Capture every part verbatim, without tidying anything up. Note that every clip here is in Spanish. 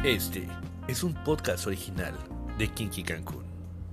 Este es un podcast original de Kinky Cancún.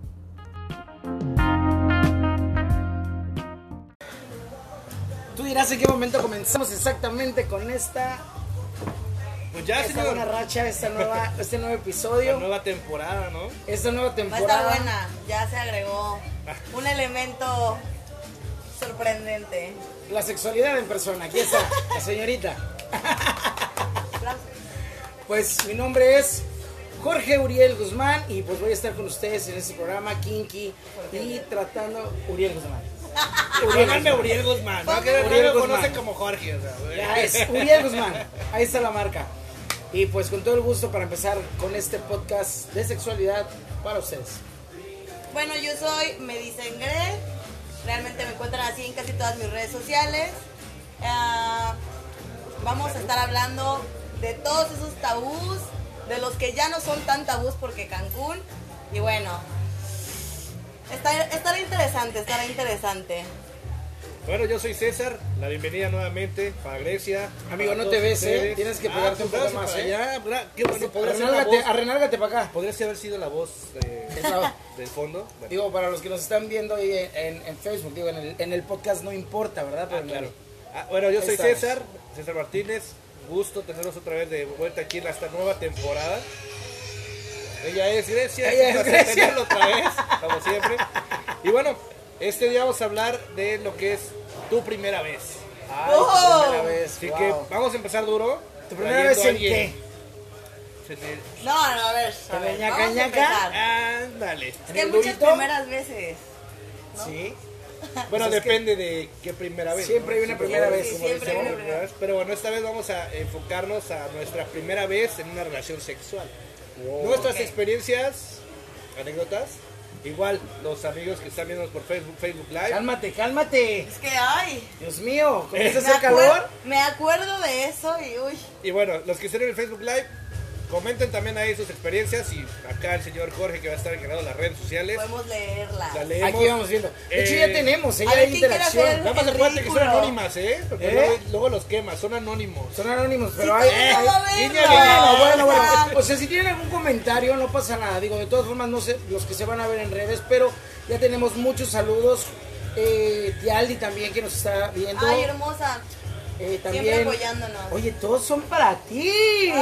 Tú dirás en qué momento comenzamos exactamente con esta, Pues ya, esta señor. buena racha, esta nueva, este nuevo episodio, La nueva temporada, ¿no? esta nueva Va a estar temporada. buena, ya se agregó un elemento sorprendente. La sexualidad en persona, aquí está, la señorita. Aplausos. Pues mi nombre es Jorge Uriel Guzmán y pues voy a estar con ustedes en este programa Kinky y tratando Uriel Guzmán. Pónganme Uriel Guzmán, ¿no? Que Uriel lo Guzmán. conocen como Jorge, o sea, güey. Ya es Uriel Guzmán, ahí está la marca. Y pues con todo el gusto para empezar con este podcast de sexualidad para ustedes. Bueno, yo soy Me Dicen Gre, realmente me encuentran así en casi todas mis redes sociales. Ah, vamos a estar hablando de todos esos tabús, de los que ya no son tan tabús porque Cancún, y bueno, estará, estará interesante, estará interesante. Bueno, yo soy César, la bienvenida nuevamente para Grecia. Amigo, para no todos te ves, ¿eh? ustedes. Tienes que Ah, pegarte un pues poco gracias, más para allá. allá. ¿Verdad? Qué bueno, podría ser la Arrenálgate, voz. arrenálgate para acá. Podría haber sido la voz de, Es la- del fondo. Bueno, Digo, para los que nos están viendo ahí en, en- en Facebook, digo, en el, en el podcast no importa, ¿verdad? Pero ah, en claro. el- Ah, bueno, yo Ahí soy estamos. César, César Martínez. Gusto tenerlos otra vez de vuelta aquí en esta nueva temporada. Ella es Grecia, Ella es un es placer Grecia. tenerlo otra vez, como siempre. Y bueno, este día vamos a hablar de lo que es tu primera vez. Ay, ¡Oh! tu primera vez, Así wow. que vamos a empezar duro. ¿Tu primera vez trayendo en a qué? alguien. Se te- No, no, a ver, a ¿En ver, el ñaca, vamos a ñaca? empezar. Ándale. Es ¿En que hay el muchas durito? primeras veces. ¿no? Sí. Bueno, Pues es depende de qué primera vez. siempre hay una primera vez. como Siempre hay decimos, una primera ¿verdad? Pero bueno, esta vez vamos a enfocarnos a nuestra primera vez en una relación sexual. Nuestras Ok. experiencias, anécdotas. Igual, los amigos que están viendo por Facebook, Facebook Live. Cálmate, cálmate. Es que, ay, Dios mío, ¿comienza a me, hacer acuer- calor? me acuerdo de eso y uy. Y bueno, los que estén en el Facebook Live, comenten también ahí sus experiencias. Y acá el señor Jorge, que va a estar encargado de las redes sociales, Podemos leerla. la leemos. Aquí vamos viendo. De hecho, Eh, ya tenemos, ¿eh? a Ya ver, hay ¿quién quiere interacción. hacer Nada más el acuérdate que son ridículo? anónimas, ¿eh? Porque ¿Eh? Luego, luego los quemas, son anónimos. Son anónimos, pero Sí, hay... ¿cómo hay- va a verla? Guiña, Bueno, bueno, bueno. Esa. O sea, si tienen algún comentario, no pasa nada. Digo, de todas formas, no sé los que se van a ver en redes, pero ya tenemos muchos saludos. Eh, Tialdi también que nos está viendo. Ay, hermosa. Eh, Siempre también. apoyándonos. Oye, todos son para ti.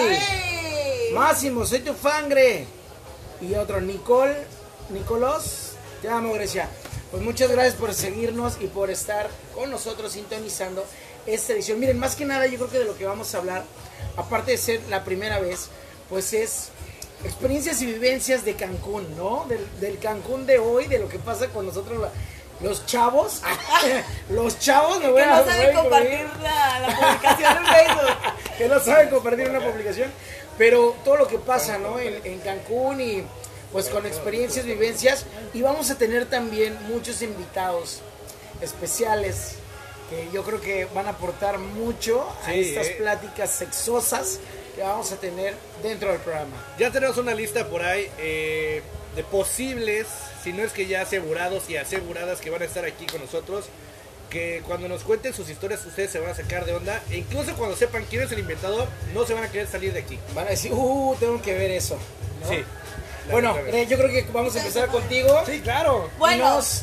Ay. Máximo, soy tu fangre. Y otro, Nicole, Nicolás, te amo, Grecia. Pues muchas gracias por seguirnos y por estar con nosotros sintonizando esta edición. Miren, más que nada yo creo que de lo que vamos a hablar, aparte de ser la primera vez, pues es experiencias y vivencias de Cancún, ¿no? Del, del Cancún de hoy, de lo que pasa con nosotros la- los chavos. Los chavos, me voy Que a no me sabe voy a compartir incluir. la, la publicación en Facebook. Que no saben compartir una publicación, pero todo lo que pasa, ¿no? En, en Cancún y pues con experiencias, vivencias, y vamos a tener también muchos invitados especiales que yo creo que van a aportar mucho a Sí, estas eh. pláticas sexosas que vamos a tener dentro del programa. Ya tenemos una lista por ahí eh, de posibles, si no es que ya asegurados y aseguradas que van a estar aquí con nosotros. Que cuando nos cuenten sus historias ustedes se van a sacar de onda. E incluso cuando sepan quién es el inventador, no se van a querer salir de aquí. Van a decir, uh, tengo que ver eso, ¿no? Sí. La Bueno, neta, eh, yo creo que vamos a empezar contigo. Sí, claro. Bueno, Dinos,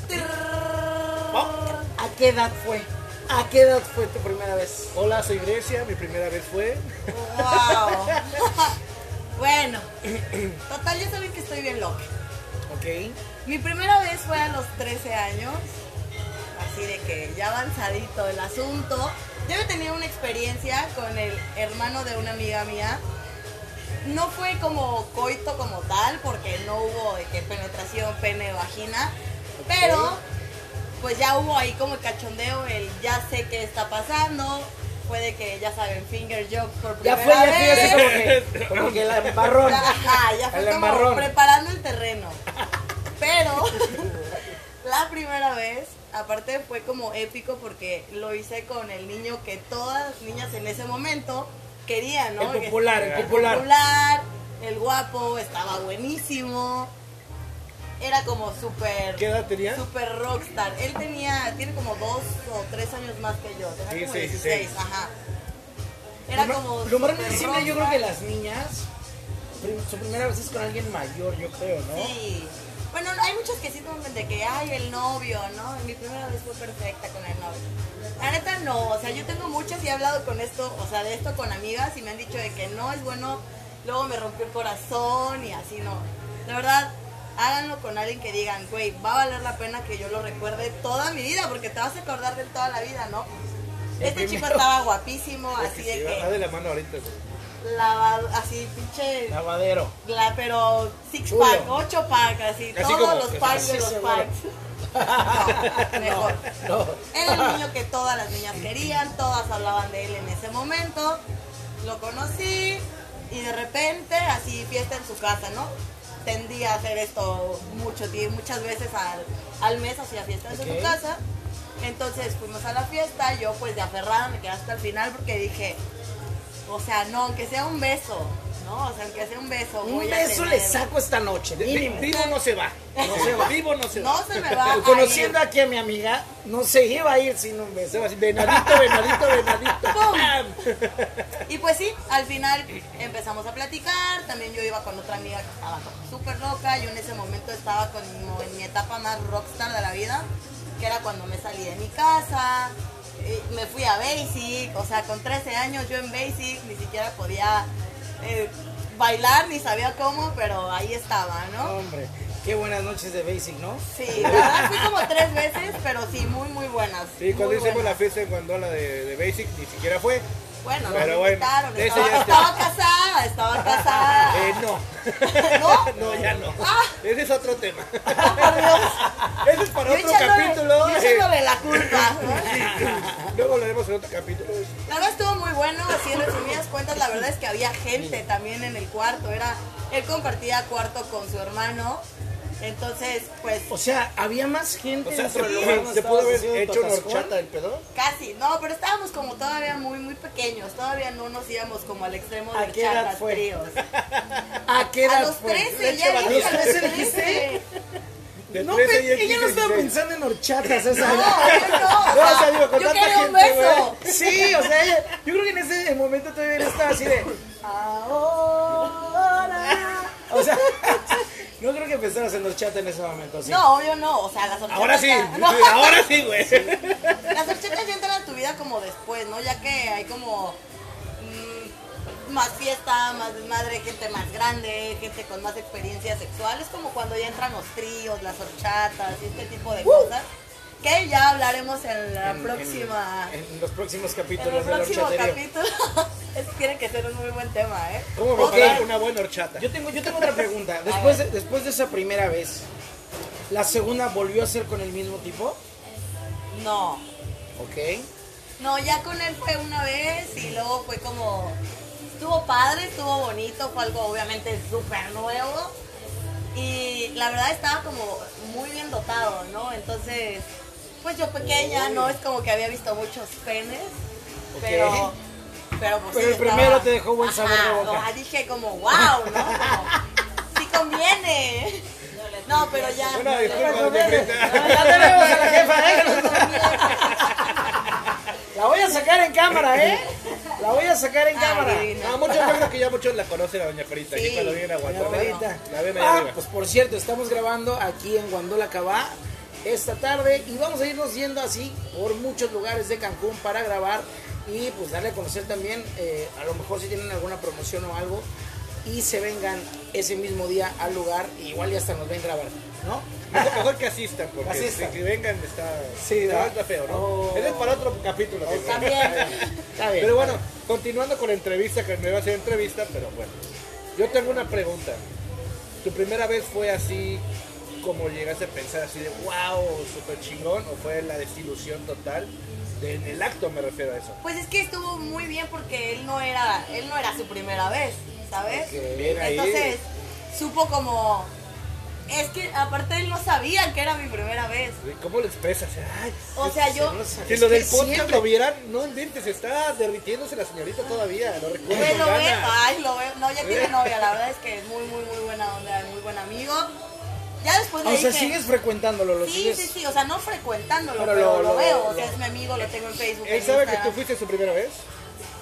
¿a qué edad fue? ¿A qué edad fue tu primera vez? Hola, soy Grecia. Mi primera vez fue. wow. Bueno, total, ya saben que estoy bien loca. Ok. Mi primera vez fue a los trece años, así de que ya avanzadito el asunto. Yo había tenido una experiencia con el hermano de una amiga mía. No fue como coito como tal, porque no hubo de que penetración, pene, vagina, pero pues ya hubo ahí como el cachondeo, el ya sé qué está pasando. Puede que, ya saben, finger jokes por Ya primera fue, ya fue, vez. así como que, como que el embarrón. Ajá, ya fue El como embarrón. preparando el terreno. Pero la primera vez, aparte fue como épico porque lo hice con el niño que todas las niñas en ese momento querían, ¿no? El popular, el El popular. popular, el guapo, estaba buenísimo. Era como súper... ¿Qué edad tenía? Súper rockstar. Él tenía, tiene como dos o tres años más que yo. Tenía Sí, como sí, dieciséis, sí. ajá. Era Lo- como... Lo más súper siempre yo creo rockstar. que las niñas su primera vez es con alguien mayor, yo creo, ¿no? Sí. Bueno, hay muchos que sí toman de que, ay, el novio, ¿no? Mi primera vez fue perfecta con el novio. La neta no, o sea, yo tengo muchas y he hablado con esto, o sea, de esto con amigas y me han dicho de que no es bueno, luego me rompió el corazón y así, no. De verdad, háganlo con alguien que digan, güey, va a valer la pena que yo lo recuerde toda mi vida, porque te vas a acordar de él toda la vida, ¿no? El Este primero. chico estaba guapísimo, Es así que de sí, va- va que, de la mano ahorita, güey. lavado, así, pinche... Lavadero. La, pero six Chulo. pack, ocho pack, así, Así todos como los que packs así de los seguro. packs. No, mejor. No. Era el niño que todas las niñas querían, todas hablaban de él en ese momento. Lo conocí y de repente, así, fiesta en su casa, ¿no? Tendía a hacer esto mucho tiempo, muchas veces al, al mes, hacía fiestas en Ok. su casa. Entonces fuimos a la fiesta, yo pues de aferrada me quedé hasta el final porque dije, o sea, no, aunque sea un beso, ¿no? O sea, aunque sea un beso. Un voy a beso tener- le saco esta noche, mínimo. Vivo no se va. No se va. Vivo no se va. No se me va a Conociendo ir. aquí a mi amiga, no se iba a ir sin un beso. Se va así, venadito, venadito, venadito. ¡Pum! ¡Pam! Y pues sí, al final empezamos a platicar, también yo iba con otra amiga que estaba súper loca, yo en ese momento estaba como en mi etapa más rockstar de la vida, que era cuando me salí de mi casa, eh, me fui a Basic, o sea, con trece años yo en Basic ni siquiera podía eh, bailar, ni sabía cómo, pero ahí estaba, ¿no? Hombre, qué buenas noches de Basic, ¿no? Sí, la verdad fui como tres veces, pero sí, muy, muy buenas. Sí, cuando muy hicimos buenas. la fiesta en Guandola de, de Basic, ni siquiera fue. Bueno, Pero me bueno, invitaron, ese estaba, ya está. estaba casada, estaba casada. Eh, no. ¿No? No, ya no. Ah. Ese es otro tema. Oh, por Dios. Ese es para Yo otro echándole- capítulo. yo eh. echándole la culpa. ¿no? Luego lo haremos en otro capítulo. La verdad estuvo muy bueno, así en resumidas cuentas, la verdad es que había gente también en el cuarto, era, él compartía cuarto con su hermano, entonces pues O sea, había más gente O sea, se, dentro del lugar donde se pudo estabas haber haciendo hecho tu una atascón. horchata el pedo. casi, no, pero estábamos como todavía muy, muy pequeños, todavía no nos íbamos como al extremo ¿A de qué edad chatas, fue? tríos. ¿A qué A edad los fue? trece, ya ¿A dije, los a los trece trece. dijiste? De No, trece pe- y el ella no quince, estaba dieciséis. pensando en horchatas, esa. No, yo no, No, o o sea, sea, digo, con yo tanta quería un gente, beso. Sí, o sea, ella- yo creo que en ese momento todavía no estaba así de. Ahora. O sea, no creo que empezaras en horchata en ese momento, ¿sí? No, obvio no, o sea, las horchatas Ahora sí, ya- no. sí, ahora sí, güey. Las horchatas ya entran a tu vida como después, ¿no? Ya que hay como mm, más fiesta, más desmadre, gente más grande, gente con más experiencia sexual. Es como cuando ya entran los tríos, las horchatas y este tipo de cosas. Que ya hablaremos en la En- próxima... En, en los próximos En, capítulos el del próximo horchaterío. capítulo. Eso tiene que ser un muy buen tema, ¿eh? ¿Cómo Ok. mejorar una buena horchata? Yo tengo, yo tengo otra pregunta. Después de, después de esa primera vez, ¿la segunda volvió a ser con el mismo tipo? No. Ok. No, ya con él fue una vez y luego fue como... Estuvo padre, estuvo bonito, fue algo obviamente súper nuevo. Y la verdad estaba como muy bien dotado, ¿no? Entonces, pues yo pequeña, no es como que había visto muchos penes, Ok. pero... Pero, pues, Pero sí el primero estaba- te dejó buen sabor de Ajá, boca. ajá, dije como, wow, ¿no? Como, sí conviene. No, pero ya... Una disculpa, Bueno, doña bueno. Frita. Ya tenemos a la jefa, ¿eh? La voy a sacar en cámara, ¿eh? La voy a sacar en Ay, cámara. divina. No, muchos, yo creo que ya muchos la conocen a Doña Ferita. Aquí Sí. cuando vienen a Doña Guatemala. Ferita. La ven allá Ah, arriba. pues por cierto, estamos grabando aquí en Guandola Cabá esta tarde y vamos a irnos yendo así por muchos lugares de Cancún para grabar y pues darle a conocer también, eh, a lo mejor si tienen alguna promoción o algo y se vengan ese mismo día al lugar, igual ya hasta nos ven grabar, ¿no? Mejor, mejor que asistan, porque Asistan. si que vengan está, Sí, está, ¿verdad? está feo, ¿no? Oh. Ese es para otro capítulo. que- También. Está bien. Pero bueno, continuando con la entrevista, que me va a hacer entrevista, pero bueno. Yo tengo una pregunta. ¿Tu primera vez fue así como llegaste a pensar así de wow, súper chingón? ¿O fue la desilusión total? De, en el acto me refiero a eso. Pues es que estuvo muy bien porque él no era, él no era su primera vez, ¿sabes? Ok, bien ahí. Entonces, supo como... Es que aparte él no sabía que era mi primera vez. ¿Cómo lo expresas? Ay, O sea, yo... si Es lo que del podcast siempre- lo vieran, no inventes, está derritiéndose la señorita todavía. Lo recuerdo Ve, con lo ve, ganas. ay, lo veo. No, ya tiene novia, la verdad es que es muy, muy, muy buena onda, muy buen amigo. Ya después le O sea, dije... sigues frecuentándolo, lo Sí, sigues. sí, sí, o sea, no frecuentándolo, Pero pero, lo- lo, lo- veo, o lo- sea, es mi amigo, lo tengo en Facebook. ¿Él en sabe que Instagram. tú fuiste su primera vez?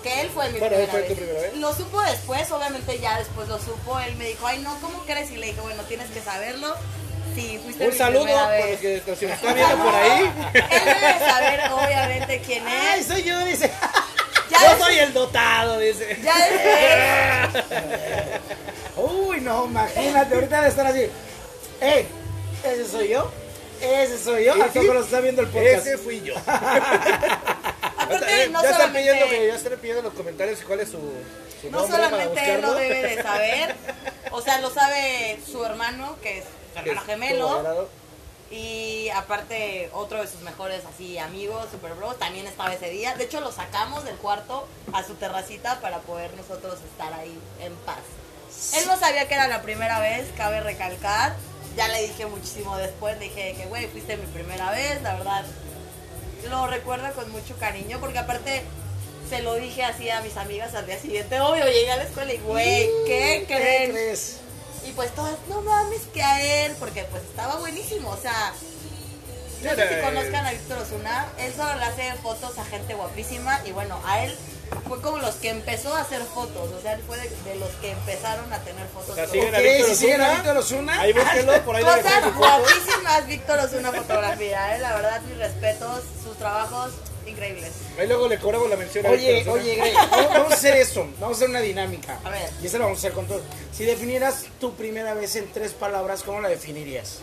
que él fue mi Bueno, él primera, fue vez. tu primera vez. Lo supo después, obviamente ya después lo supo. Él me dijo, ay no, ¿cómo crees? Y le dije, bueno, tienes que saberlo. Sí, fuiste Un mi saludo primera para vez. los que nos están viendo por ahí. Él debe saber, obviamente, quién Ay, es. soy yo, dice. Ya Yo des- soy el dotado, dice. Ya después, Uy, no, imagínate, ahorita de estar así. ¡Ey! ¿Ese soy yo? ¿Ese soy yo? ¿Y ¿A sí? poco lo está viendo el podcast? Ese fui yo. aparte, no ya están pidiendo solamente... que ya están pidiendo en los comentarios cuál es su, su No nombre para solamente él lo buscarlo. debe de saber, o sea, lo sabe su hermano, que es su Que hermano es gemelo, tu agrado. y aparte otro de sus mejores así amigos, Super Bros, también estaba ese día. De hecho, lo sacamos del cuarto a su terracita para poder nosotros estar ahí en paz. Él no sabía que era la primera vez, cabe recalcar. Ya le dije muchísimo después, le dije que, güey, fuiste mi primera vez, la verdad. Lo recuerda con mucho cariño, porque aparte se lo dije así a mis amigas al día siguiente. Obvio, llegué a la escuela y, güey, ¿qué ¿Qué creen? crees? Y pues todas, no mames que a él, porque pues estaba buenísimo, o sea, no sé si Era, conozcan a Víctor Osuna, él solo le hace fotos a gente guapísima y bueno, a él fue como los que empezó a hacer fotos, o sea, él fue de, de los que empezaron a tener fotos. O sea, con- siguen a Ok, Víctor si siguen a Osuna. Víctor Osuna. Ahí búsquenlo, por ahí debe estar Cosas su foto. guapísimas, Víctor Osuna fotografía, ¿eh? La verdad, mis respetos, sus trabajos increíbles. Ahí luego le cobramos la mención a Oye, Víctor Osuna. oye, Grey, vamos vamos a hacer esto. Vamos a hacer una dinámica. A ver. Y esa la vamos a hacer con todos. Si definieras tu primera vez en tres palabras, ¿cómo la definirías?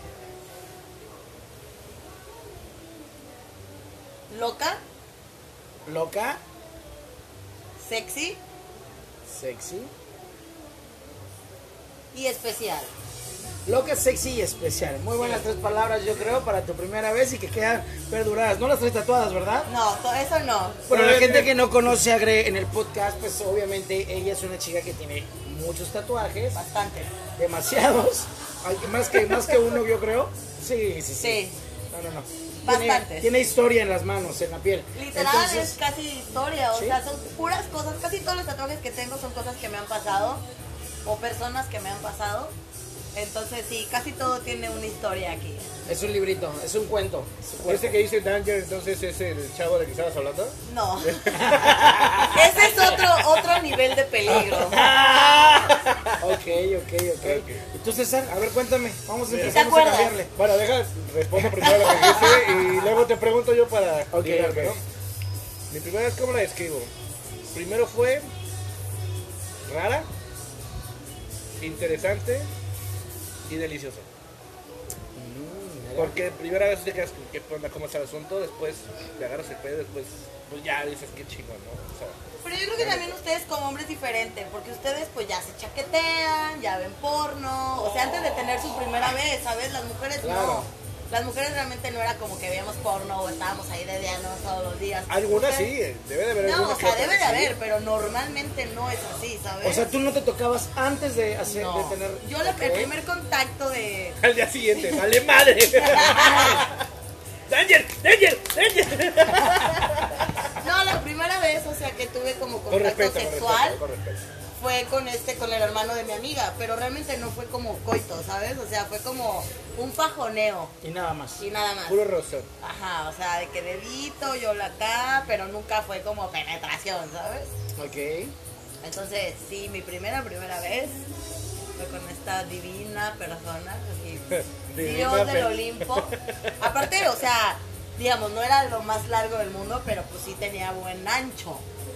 Loca, Loca, sexy sexy. y especial. Loca, sexy y especial. Muy buenas tres palabras, yo creo, para tu primera vez y que quedan perduradas. No las traes tatuadas, ¿verdad? No, to- eso no. Bueno, la gente que no conoce a Gre en el podcast, pues obviamente ella es una chica que tiene muchos tatuajes, Bastante. demasiados, Ay, más que más que uno, yo creo. Sí, sí, sí. Sí. No, no, no. Tiene, Bastantes. tiene historia en las manos, en la piel. Literal Entonces, es casi historia, o ¿sí? sea, son puras cosas, casi todos los tatuajes que tengo son cosas que me han pasado o personas que me han pasado. Entonces sí, casi todo tiene una historia aquí. es un librito, es un cuento. es un cuento. Este que dice Danger, entonces es el chavo de que estabas hablando. No. Ese es otro otro nivel de peligro. Ok, ok, ok. ¿Y tú, César? A ver, cuéntame. Vamos a Mira. empezar ¿Te acuerdas? a cambiarle. Bueno, deja, respondo primero lo que dice y luego te pregunto yo para Ok, guiarme, ok. ¿no? Mi primera vez, ¿cómo la describo? Primero fue rara, interesante y deliciosa. Mm, mira. Porque primera vez te quedas con qué onda, cómo está el asunto, después te agarras el pedo, después pues ya dices qué chingón, ¿no? O sea, Pero yo creo que también ustedes como hombres diferente, porque ustedes pues ya se chaquetean, ya ven porno, o sea, antes de tener su primera vez, ¿sabes? Las mujeres Claro. no. Las mujeres realmente no era como que veíamos porno o estábamos ahí dediándonos todos los días. algunas Ustedes- sí, eh, debe de haber No, algunas o que sea, otras debe de sí. haber, pero normalmente no es así, ¿sabes? O sea, tú no te tocabas antes de hacer, no. de tener. Yo la- el Ok. primer contacto de... Al día siguiente, vale madre. Danger, Danger, Danger. No, la primera vez, o sea, que tuve como Con contacto respeto, con sexual respeto, con respeto. fue con este, con el hermano de mi amiga, pero realmente no fue como coito, ¿sabes? O sea, fue como un fajoneo Y nada más. y nada más. Puro rostro. Ajá, o sea, de que dedito, yo la acá, pero nunca fue como penetración, ¿sabes? Ok. Entonces, sí, mi primera, primera vez fue con esta divina persona, así, Divina Dios del per- Olimpo. Aparte, o sea, digamos, no era lo más largo del mundo, pero pues sí tenía buen ancho.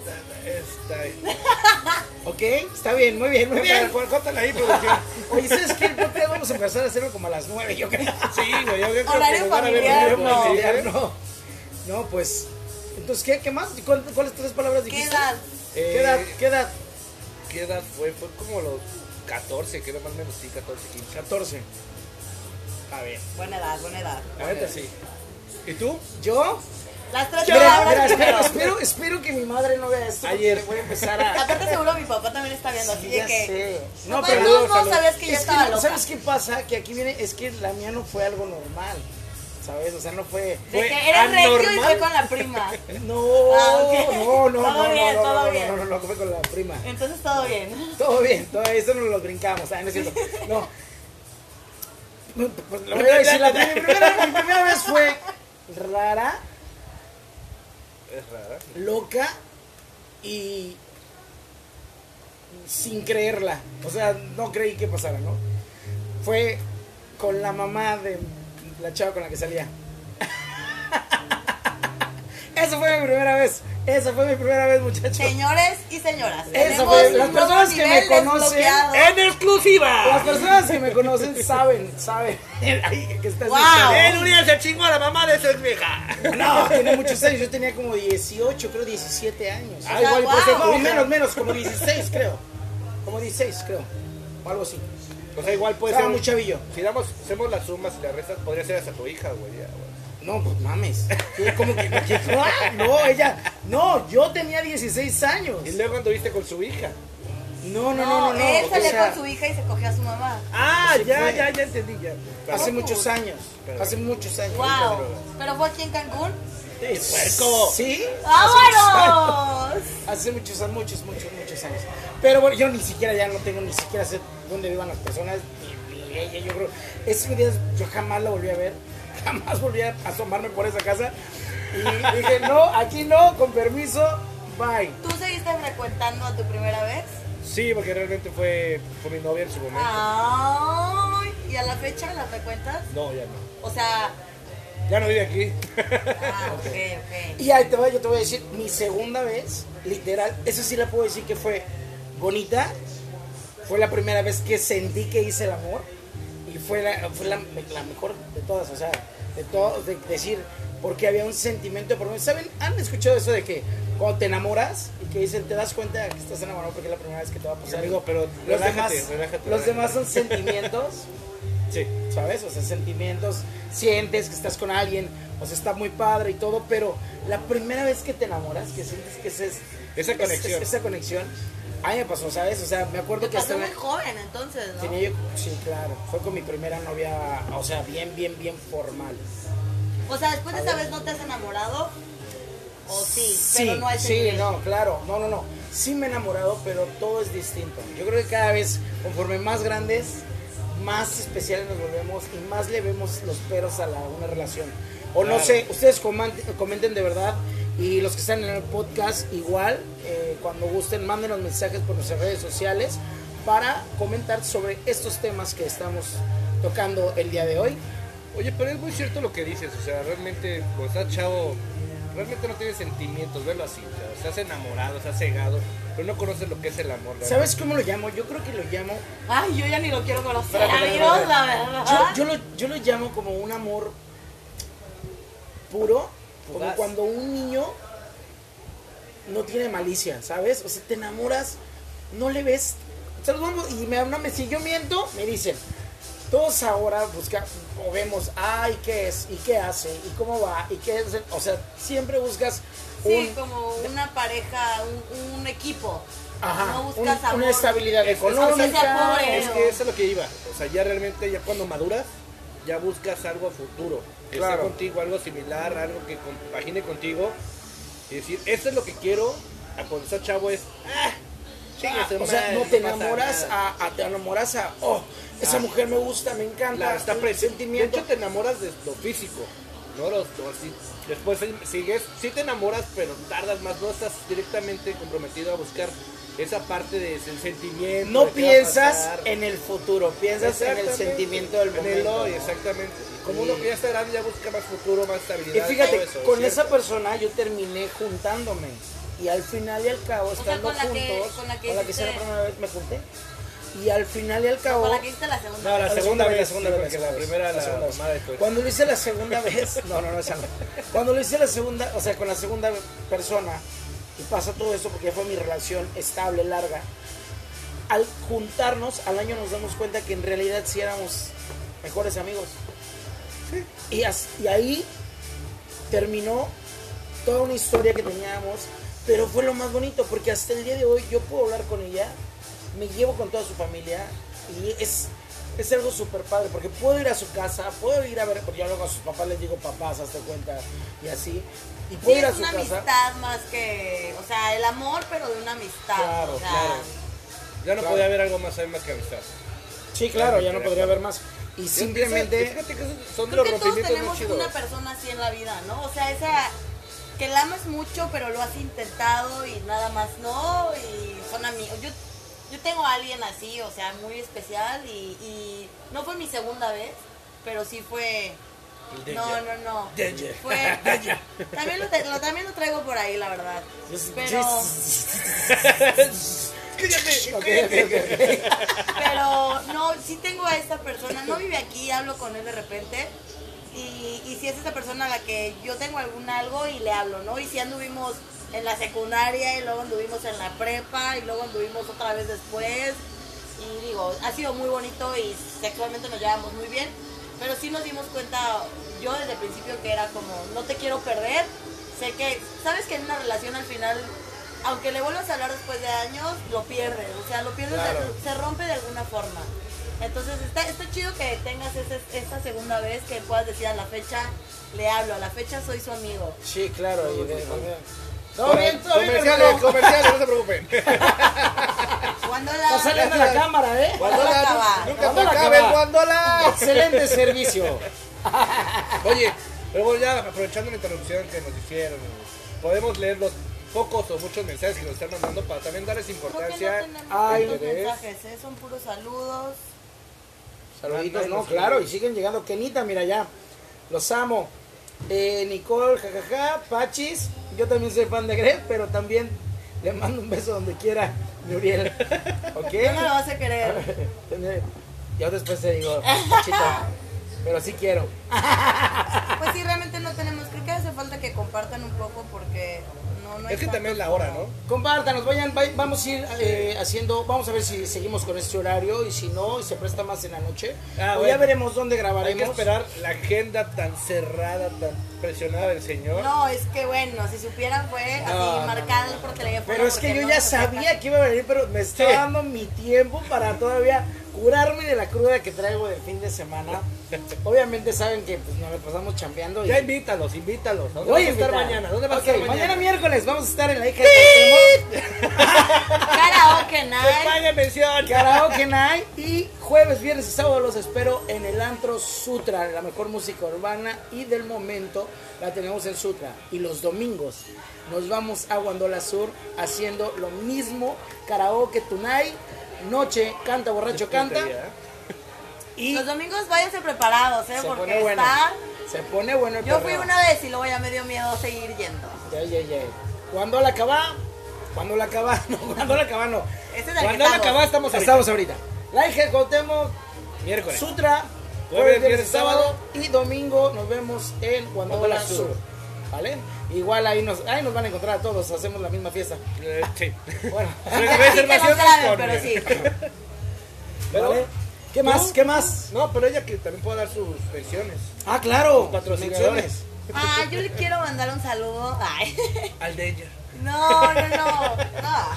Está Ok, está bien, muy bien, muy bien. Cuéntala, cuéntala ahí, producción. Oye, ¿sabes qué? ¿Por qué vamos a empezar a hacerlo como a las nueve, yo creo? Sí, güey, yo creo que Horario nos van a ver familiar, primero, no. sí, Familiar, ¿eh? no. No, pues. Entonces, ¿qué, qué más? ¿Cuál- ¿Cuáles tres palabras ¿Qué dijiste? edad? ¿Qué edad? Eh, ¿Qué edad? ¿Qué edad fue? Fue como los catorce, que era más o menos, sí, catorce, quince. catorce. A ver. Buena edad, buena edad. La neta sí. ¿Y tú? ¿Yo? Las tres Mira, palabras mira, espero, primero. espero, espero que mi madre no vea esto. Ayer. porque Voy a empezar a. Aparte seguro mi papá también está viendo, así Sí, de ya que... sé. No, No, pero pero. no, salud, no, salud. sabes que yo Es que estaba no, loca. ¿sabes qué pasa? Que aquí viene, es que la mía no fue algo normal. ¿Sabes? O sea, no fue. De fue que eres regio y anormal. fue con la prima. No, Ah, ok. no, no, Todo no, bien, no, todo no, no, bien. no, no, no, no, fue con la prima. Entonces todo bien. Todo bien, todo eso no lo brincamos, ah, no es cierto. No. No, pues lo voy a decir, la mi primera, mi primera vez fue rara, Es rara. loca y sin creerla, o sea, no creí que pasara, ¿no? Fue con la mamá de la chava con la que salía. Esa fue mi primera vez. Esa fue mi primera vez, muchachos. Señores y señoras, Esa fue. Las personas que me conocen ¡En exclusiva! Las personas que me conocen saben, saben que está Wow. ¡El Uriel se chingó a la mamá de esa vieja! No, tiene muchos años. Yo tenía como dieciocho, creo diecisiete años. Ah, sea, igual wow. pues es No, tu hija. menos, menos, como dieciséis, creo. Como dieciséis, creo. O algo así. O sea, igual puede Estaba ser. muy chavillo. Si damos, hacemos las sumas y las restas, podría ser hasta tu hija, güey. ya, güey. No, pues mames. ¿Qué? ¿Cómo que? ¿Qué? No, ella. No, yo tenía dieciséis años. Y luego anduviste con su hija. No, no, No, no, no. no. él o salió sea, con su hija y se cogió a su mamá. Ah, Así ya, fue. ya, ya entendí, ya. Hace Perdón. muchos años. Pero- Hace muchos años. Wow. ¿Pero fue aquí en Cancún? Sí, puerco. Sí. ¡Vámonos! Hace muchos, muchos, muchos, muchos años. Pero bueno, yo ni siquiera ya no tengo ni siquiera sé dónde vivan las personas. Ni, ni ella, yo creo. Ese día yo jamás la volví a ver. Jamás volví a asomarme por esa casa. Y dije, no, aquí no, con permiso, bye. ¿Tú seguiste frecuentando a tu primera vez? Sí, porque realmente fue, fue mi novia en su momento. Ay, ¿y a la fecha la frecuentas? No, ya no. O sea, Ya no vive aquí. ah, ok, ok. Y ahí te voy, yo te voy a decir, mi segunda vez, literal, eso sí la puedo decir que fue bonita. Fue la primera vez que sentí que hice el amor. Y fue la, fue la, la mejor de todas, o sea, de todo, de decir, porque había un sentimiento por mí. ¿Saben? ¿Han escuchado eso de que cuando te enamoras y que dicen, te das cuenta de que estás enamorado porque es la primera vez que te va a pasar? Amigo, pero los relájate, demás, relájate, los relájate. demás son sentimientos. Sí. ¿Sabes? O sea, sentimientos, sientes que estás con alguien, o sea, está muy padre y todo, pero la primera vez que te enamoras, que sientes que es, es- Esa es- conexión. esa conexión, a mí me pasó, ¿sabes? O sea, me acuerdo que hasta Pasó me- muy joven entonces, ¿no? tenía yo, sí, claro, fue con mi primera novia, o sea, bien, bien, bien formal. O sea, después de A esa ver. vez no te has enamorado. O sí, Sí, pero no a ese sí, nivel. no, claro, no, no, no, sí me he enamorado, pero todo es distinto. Yo creo que cada vez, conforme más grandes, más especiales nos volvemos y más le vemos los peros a la, una relación. O no Claro. sé, ustedes comenten, comenten de verdad y los que están en el podcast igual, eh, cuando gusten, mándenos mensajes por nuestras redes sociales para comentar sobre estos temas que estamos tocando el día de hoy. Oye, pero es muy cierto lo que dices, o sea, realmente, cuando estás chavo, realmente no tienes sentimientos, verlo así, o sea, estás enamorado, estás cegado, pero no conoces lo que es el amor. realmente. ¿Sabes cómo lo llamo? Yo creo que lo llamo, Ay, yo ya ni lo quiero conocer, Espérate, espérate, amigos, espérate. la verdad. yo, yo, lo, yo lo llamo como un amor puro, como Fugaz. cuando un niño no tiene malicia, ¿sabes? O sea, te enamoras, no le ves. O sea, los vamos- y me, no, me, si yo miento, me dicen, todos ahora buscan o vemos, ay, ¿qué es? ¿Y qué hace? ¿Y cómo va? ¿Y qué es? O sea, siempre buscas Sí, un, como una pareja, un, un equipo. ajá, no un- buscas amor. una estabilidad Es- es- económica. es que se apure. Es que eso es lo que iba, o sea, ya realmente, ya cuando maduras, ya buscas algo a futuro, que Claro. esté contigo, algo similar, algo que compagine contigo, y decir, esto es lo que quiero, a cuando estás chavo es, ah, chingue Ah, su o sea, madre, no te pasa enamoras nada. a, a- te enamoras a, oh, esa Ah. mujer me gusta, me encanta, Claro, está el presente. De sentimiento. hecho, te enamoras de lo físico, no lo, lo así. Después sigues, sí te enamoras, pero tardas más, no estás directamente comprometido a buscar esa parte de- del sentimiento. No de qué va a piensas pasar. en el futuro, piensas en el Exactamente, sentimiento del en momento. el hoy, exactamente. Como uno que ya está grande, ya busca más futuro, más estabilidad. Y fíjate, todo eso, con ¿cierto? esa persona yo terminé juntándome. Y al final y al cabo, sea, estando con la que- juntos, con la que con la que hiciste- hice la primera vez me junté. Y al final y al cabo. Con la que hiciste la segunda. No, la, la segunda, vez, la segunda sí, vez, porque la la segunda primera vez, la la, segunda vez. mamá después. Cuando lo hice la segunda vez, no, no, no, esa no. Cuando lo hice la segunda, o sea, con la segunda persona, y pasa todo eso porque ya fue mi relación estable, larga, al juntarnos, al año nos damos cuenta que en realidad sí éramos mejores amigos. Y, as- y ahí terminó toda una historia que teníamos, pero fue lo más bonito porque hasta el día de hoy yo puedo hablar con ella, me llevo con toda su familia y es, es algo súper padre porque puedo ir a su casa, puedo ir a ver, porque yo luego a sus papás les digo papás, hazte cuenta, y así, y Sí, puedo ir a es su una casa. amistad más que, o sea, el amor, pero de una amistad. Claro, o sea, claro. Ya no Claro. podía haber algo más, más que amistad. Sí, claro, ya no podría haber más. Y simplemente, Fíjate que esos son de Creo los que todos rompimientos muy tenemos chidos. una persona así en la vida, ¿no? O sea, esa, que la amas mucho, pero lo has intentado y nada más no, y son amigos. Yo, yo tengo a alguien así, o sea, muy especial, y, y no fue mi segunda vez, pero sí fue... No, no, no. Danger. Fue, también, lo, lo, también lo traigo por ahí, la verdad. Pero... Okay, okay, okay, okay. Pero no, sí tengo a esta persona, no vive aquí, hablo con él de repente. Y, y si es esa persona a la que yo tengo algún algo y le hablo, ¿no? Y si anduvimos en la secundaria y luego anduvimos en la prepa y luego anduvimos otra vez después. Y digo, ha sido muy bonito y sexualmente nos llevamos muy bien. Pero sí nos dimos cuenta, yo desde el principio, que era como, no te quiero perder. Sé que, sabes que en una relación al final, aunque le vuelvas a hablar después de años, lo pierdes. O sea, lo pierdes, Claro. se, se rompe de alguna forma. Entonces está, está chido que tengas ese, esta segunda vez que puedas decir a la fecha, le hablo, a la fecha soy su amigo. Sí, claro. Y de, todo bien, todo bien, Comerciales, hermano. comerciales, no se preocupen. Cuando Está la... saliendo la cámara, ¿eh? Guandola, acaba. nunca te Guandola acabe, acaba. Guandola. Excelente servicio. Oye, pero bueno, ya aprovechando la interrupción que nos hicieron, podemos leer los pocos o muchos mensajes que nos están mandando para también darles Creo que importancia. no tenemos Ay, tantos interés. mensajes, ¿eh? Son puros saludos. Saluditos, no, Mándanos, claro, y sí. siguen llegando. Kenita, mira ya. Los amo. Eh, Nicole, jajaja, Pachis. Yo también soy fan de Greg, pero también le mando un beso donde quiera, Muriel. ¿Ok? ¿Qué no lo vas a querer? Yo después te digo, Pachita, pero sí quiero. Pues sí, realmente no tenemos. Creo que hace falta que compartan un poco porque no, no hay Es que tantos también es la hora, como- ¿no? Compártanos, vayan, va- vamos a ir eh, haciendo, vamos a ver si seguimos con este horario y si no, y se presta más en la noche. Ah, o bueno. ya veremos dónde Hay grabaremos. que esperar la agenda tan cerrada, tan presionada del señor. No, es que bueno, si supieran fue No, así no, marcado no. por teléfono. Pero es que porque yo no ya nos aceptan. sabía que iba a venir, pero me estaba Sí. dando mi tiempo para todavía curarme de la cruda que traigo del fin de semana. Obviamente saben que pues, nos la pasamos chambeando. y- Ya invítalos, invítalos. ¿Dónde Voy vas a estar invitar. mañana? ¿Dónde vas Ok, a estar mañana? mañana miércoles vamos a estar en la hija de Cuauhtémoc. Karaoke ¡Que night. pague mención! Karaoke Night y jueves, viernes y sábado los espero en el Antro Sutra, la mejor música urbana y del momento la tenemos en Sutra. Y los domingos nos vamos a Guandola Sur haciendo lo mismo, Karaoke Tonight, noche, canta, borracho, canta. Y Los domingos váyanse preparados, ¿eh? se Porque pone bueno. está... Se pone bueno el Yo fui perreo. una vez y luego ya me dio miedo seguir yendo. Ya, ya, ya. Cuando la acaba, cuando la acaba, no, cuando la acaba no. Este es el Cuando que la estamos. acabas, estamos ahorita. Estamos ahorita. La hija de Cuauhtémoc, Miércoles. Sutra, Jueves, jueves, viernes, viernes, sábado sábado. y domingo nos vemos en Guandola Guandola Sur. Sur. ¿Vale? Igual ahí nos, ahí nos van a encontrar a todos, hacemos la misma fiesta. Eh, sí. Bueno, Sí que no Reservaciones saben, con- pero sí. Pero, ¿vale? ¿Qué más? ¿tú? ¿Qué más? No, pero ella que también puede dar sus menciones. Ah, claro. Los patrocinadores. menciones. Ah, yo le quiero mandar un saludo. Ay. Al Danger. No, no, no. No,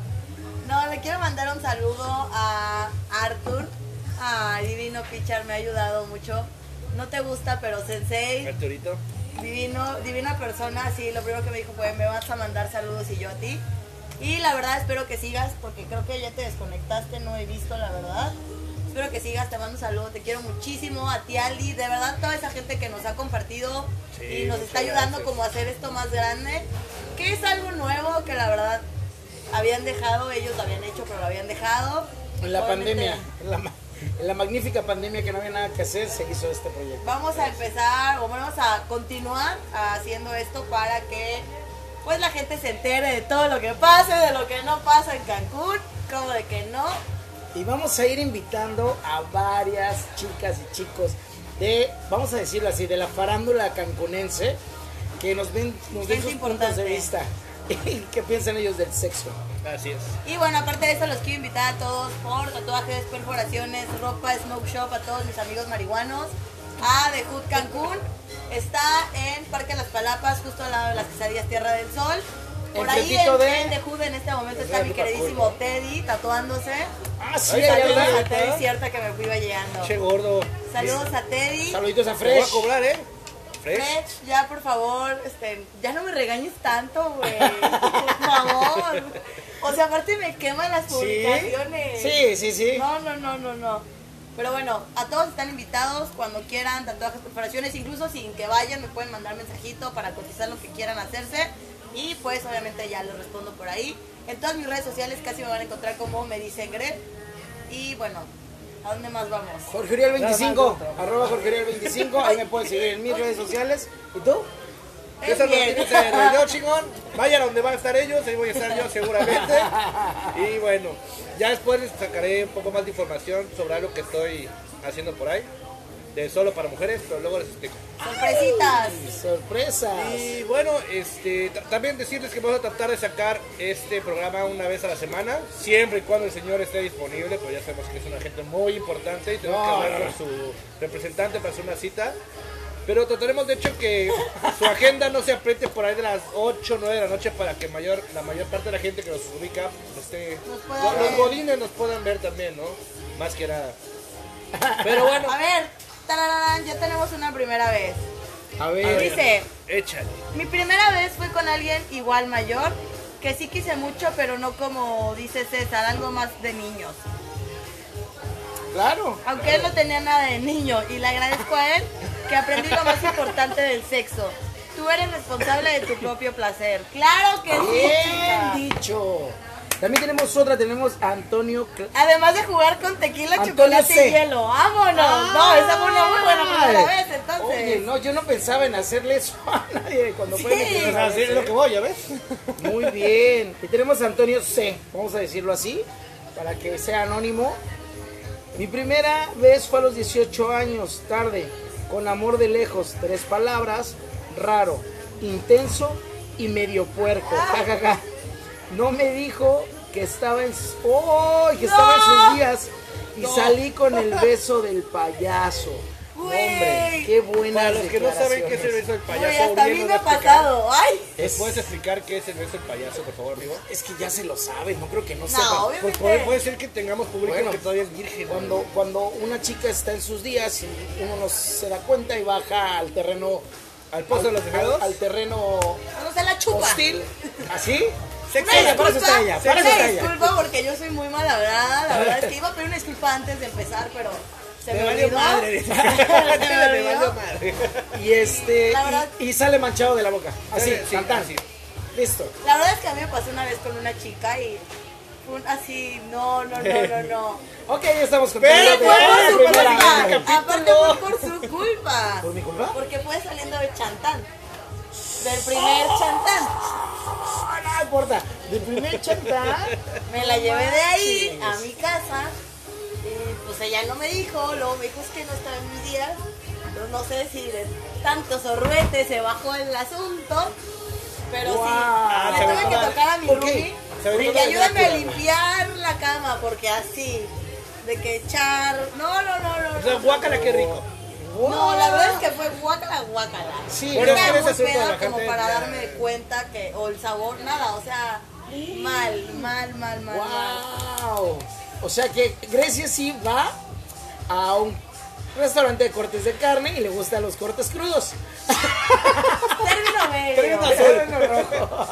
no le quiero mandar un saludo a Arthur. A Divino Pichar, me ha ayudado mucho. No te gusta, pero Sensei, Arturito. divino, divina persona. Sí, lo primero que me dijo fue, me vas a mandar saludos y yo a ti. Y la verdad espero que sigas, porque creo que ya te desconectaste, no he visto la verdad. Espero que sigas, te mando un saludo, te quiero muchísimo, a ti Ali, de verdad toda esa gente que nos ha compartido Sí, y nos está muchas ayudando gracias. como a hacer esto más grande, que es algo nuevo que la verdad habían dejado, ellos lo habían hecho pero lo habían dejado. En la Obviamente, pandemia, en la, ma- en la magnífica pandemia que no había nada que hacer, se hizo este proyecto. Vamos a empezar, o vamos a continuar haciendo esto para que pues la gente se entere de todo lo que pasa, de lo que no pasa en Cancún, como de que no. Y vamos a ir invitando a varias chicas y chicos de, vamos a decirlo así, de la farándula cancunense, que nos ven, nos den Gente sus puntos de importante. vista. ¿Y qué piensan ellos del sexo? Así es. Y bueno, aparte de eso los quiero invitar a todos por tatuajes, perforaciones, ropa, smoke shop, a todos mis amigos marihuanos, a The Hood Cancún. Está en Parque Las Palapas, justo al lado de las quesadillas Tierra del Sol. Por ahí Enfrentito en, de- en The Hood en este momento está mi Rica queridísimo Pulpo. Teddy tatuándose. Ah, sí, Ay, ahí saludos anda. A Teddy cierta que me iba llegando. Che gordo. Saludos a Teddy. Saluditos a Te voy a Fresh. cobrar, ¿eh? Fresh. Fresh, ya por favor, este, ya no me regañes tanto, güey. Por favor. O sea, aparte me queman las Sí, publicaciones. sí, sí, sí. No, no, no, no, no. Pero bueno, a todos están invitados cuando quieran, tatuajes, perforaciones, incluso sin que vayan me pueden mandar mensajito para cotizar lo que quieran hacerse. Y pues obviamente ya les respondo por ahí. En todas mis redes sociales casi me van a encontrar como me dicen Gre. Y bueno, ¿a dónde más vamos? Jorge Uriel veinticinco, arroba Jorge Uriel veinticinco, ahí me pueden seguir en mis redes sociales. ¿Y tú? César Martínez R, yo chingón, vayan a donde van a estar ellos, ahí voy a estar yo seguramente. Y bueno, ya después les sacaré un poco más de información sobre algo que estoy haciendo por ahí, de solo para mujeres, pero luego les explico. ¡Sorpresitas! ¡Sorpresas! Y bueno, este, t- también decirles que vamos a tratar de sacar este programa una vez a la semana, siempre y cuando el señor esté disponible, pues ya sabemos que es un agente muy importante y tenemos que No, hablar no, con su representante para hacer una cita. Pero trataremos de hecho que su agenda no se apriete por ahí de las ocho o nueve de la noche para que mayor, la mayor parte de la gente que nos ubica pues, esté, Nos pueda los, los ver. godines nos puedan ver también, ¿no? Más que nada. Pero bueno, A ver, tararán, ya tenemos una primera vez. A a ver, ver, Dice, échale. mi primera vez fue con alguien igual mayor, que sí quise mucho, pero no como dice César, algo más de niños. claro. Aunque él no tenía nada de niño, y le agradezco a él que aprendí lo más importante del sexo. Tú eres responsable de tu propio placer. ¡Claro que sí, Bien chica! dicho. También tenemos otra, tenemos a Antonio. Cl- Además de jugar con tequila, Antonio chocolate C. y hielo. ¡Vámonos! No, esa fue una muy buena primera vez, entonces. Oye, no, yo no pensaba en hacerle eso a nadie cuando fue mi Sí. primera Así vez, es lo ¿eh? que voy, ¿ya ves? Muy bien. Y tenemos a Antonio C, vamos a decirlo así, para que sea anónimo. Mi primera vez fue a los dieciocho años, tarde, con amor de lejos, tres palabras, raro, intenso y medio puerco. Ja, ja, ja. No me dijo que estaba en, s- ¡oh! que estaba en sus días y salí con el beso del payaso. Güey. Hombre, qué buena. Para los que no saben qué es el beso del Güey, payaso, hasta a mí Uriel me nos ha va a explicar. pasado. ¡Ay! ¿Les puedes explicar qué es el beso del payaso, por favor, amigo? Es que ya se lo saben, no creo que no, No, sepan. Pues obviamente. puede, puede ser que tengamos público Bueno, que todavía es virgen. Cuando, cuando una chica está en sus días y uno no se da cuenta y baja al terreno, ¿Al pozo de los al, deseos? al terreno No se la chupa. hostil, ¿así? Sexo. Una Ella, para eso está disculpa, ella, para una eso está ella. disculpa porque yo soy muy mal hablada. La verdad es que iba a pedir una disculpa antes de empezar, pero se me, Me valió olvidó. madre. Se me Me olvidó. valió madre. Y este La verdad- y, y sale manchado de la boca, así, Sí, tan, tan. así. Listo. La verdad es que a mí me pasó una vez con una chica y fue un- así, no, no, no, no, no. Ok, ya estamos con Pero todo. Fue por su Primera culpa. vez. Aparte fue por su culpa. ¿Por mi culpa? Porque fue saliendo de Chantán. Del primer Chantán. Ah, no importa. De primer chanta. Me la llevé de ahí a mi casa. Y pues ella no me dijo, luego me dijo es que no estaba en mis días. Pero no sé si de tanto sorruete se bajó el asunto. Pero Wow. sí, Ah, le se tuve aventó que la- tocar a mi ¿por qué? roomie. Se aventó De que la de ayúdame a Drácula. limpiar la cama, porque así, de que echar. No, no, no, no. O sea, no, guácala, qué rico. No, la verdad es que fue guácala, guácala. Sí, Pero Era es que muy ese asunto de peda la como gente para ya- darme cuenta que, o el sabor, nada, o sea, mal, mal, mal, mal, mal. Wow. O sea que Grecia sí va a un restaurante de cortes de carne y le gustan los cortes crudos. Término medio. Término Terreno rojo.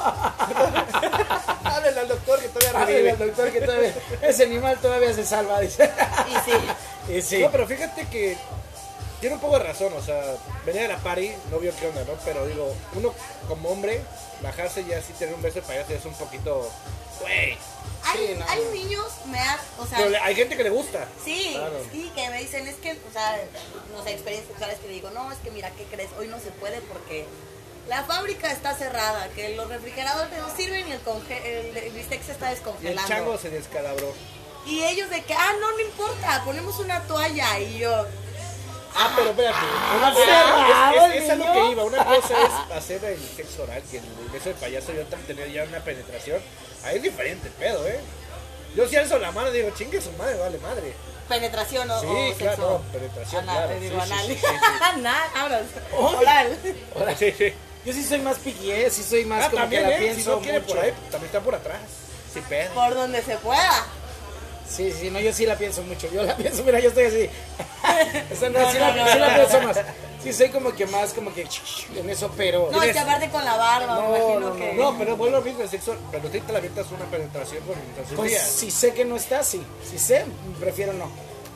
Háblale al doctor que todavía Háblale revive. al doctor que todavía, ese animal todavía se salva, dice. Y sí. Y sí. No, pero fíjate que tiene un poco de razón, o sea, venía de la party, no vio qué onda, ¿no? Pero digo, uno como hombre, bajarse ya así tener un beso de payaso ya es un poquito, güey. Hay, Sí, no. hay niños, me ha, o sea, Pero le- hay gente que le gusta. sí, Claro. sí, que me dicen, es que, o sea, no sé, experiencias sexuales que le digo, no, es que mira, ¿qué crees? Hoy no se puede porque la fábrica está cerrada, que los refrigeradores no sirven y el, conge el, el bistec se está Y el descongelando. chango se descalabró. Y ellos de que, ah, no, no importa, ponemos una toalla. Y yo, Ah, pero espérate. Una cerrado cosa, es, el es, es a lo niño. que iba. Una cosa es hacer el sexo oral, que el beso de payaso y otra tener ya una penetración. Ahí es diferente el pedo, ¿eh? Yo si alzo la mano digo, chingue su madre, vale madre. penetración o, Sí, o claro, sexo. no, penetración, Anal, claro. digo, Sí, sí, anal. sí, sí, sí. Anal, ahora, Ay. oral. Sí, sí. Yo sí soy más piqui, ¿eh? Sí soy más Ah, como también, que la ¿eh? pienso Si no quiere mucho. por ahí, también está por atrás. Sin pedo. Por donde se pueda. Sí, sí, no, yo sí la pienso mucho. Yo la pienso, mira, yo estoy así. Esa no, No, sí, no, la, no, sí la no, pienso no. más. Sí, soy como que más, como que en eso, pero. No, es que aparte con la barba, No, me imagino no, que. No, pero vuelvo a lo mismo, el sexo, cuando te la avientas una penetración con sus Pues, días. si sé que no está, sí. Si sé, prefiero no.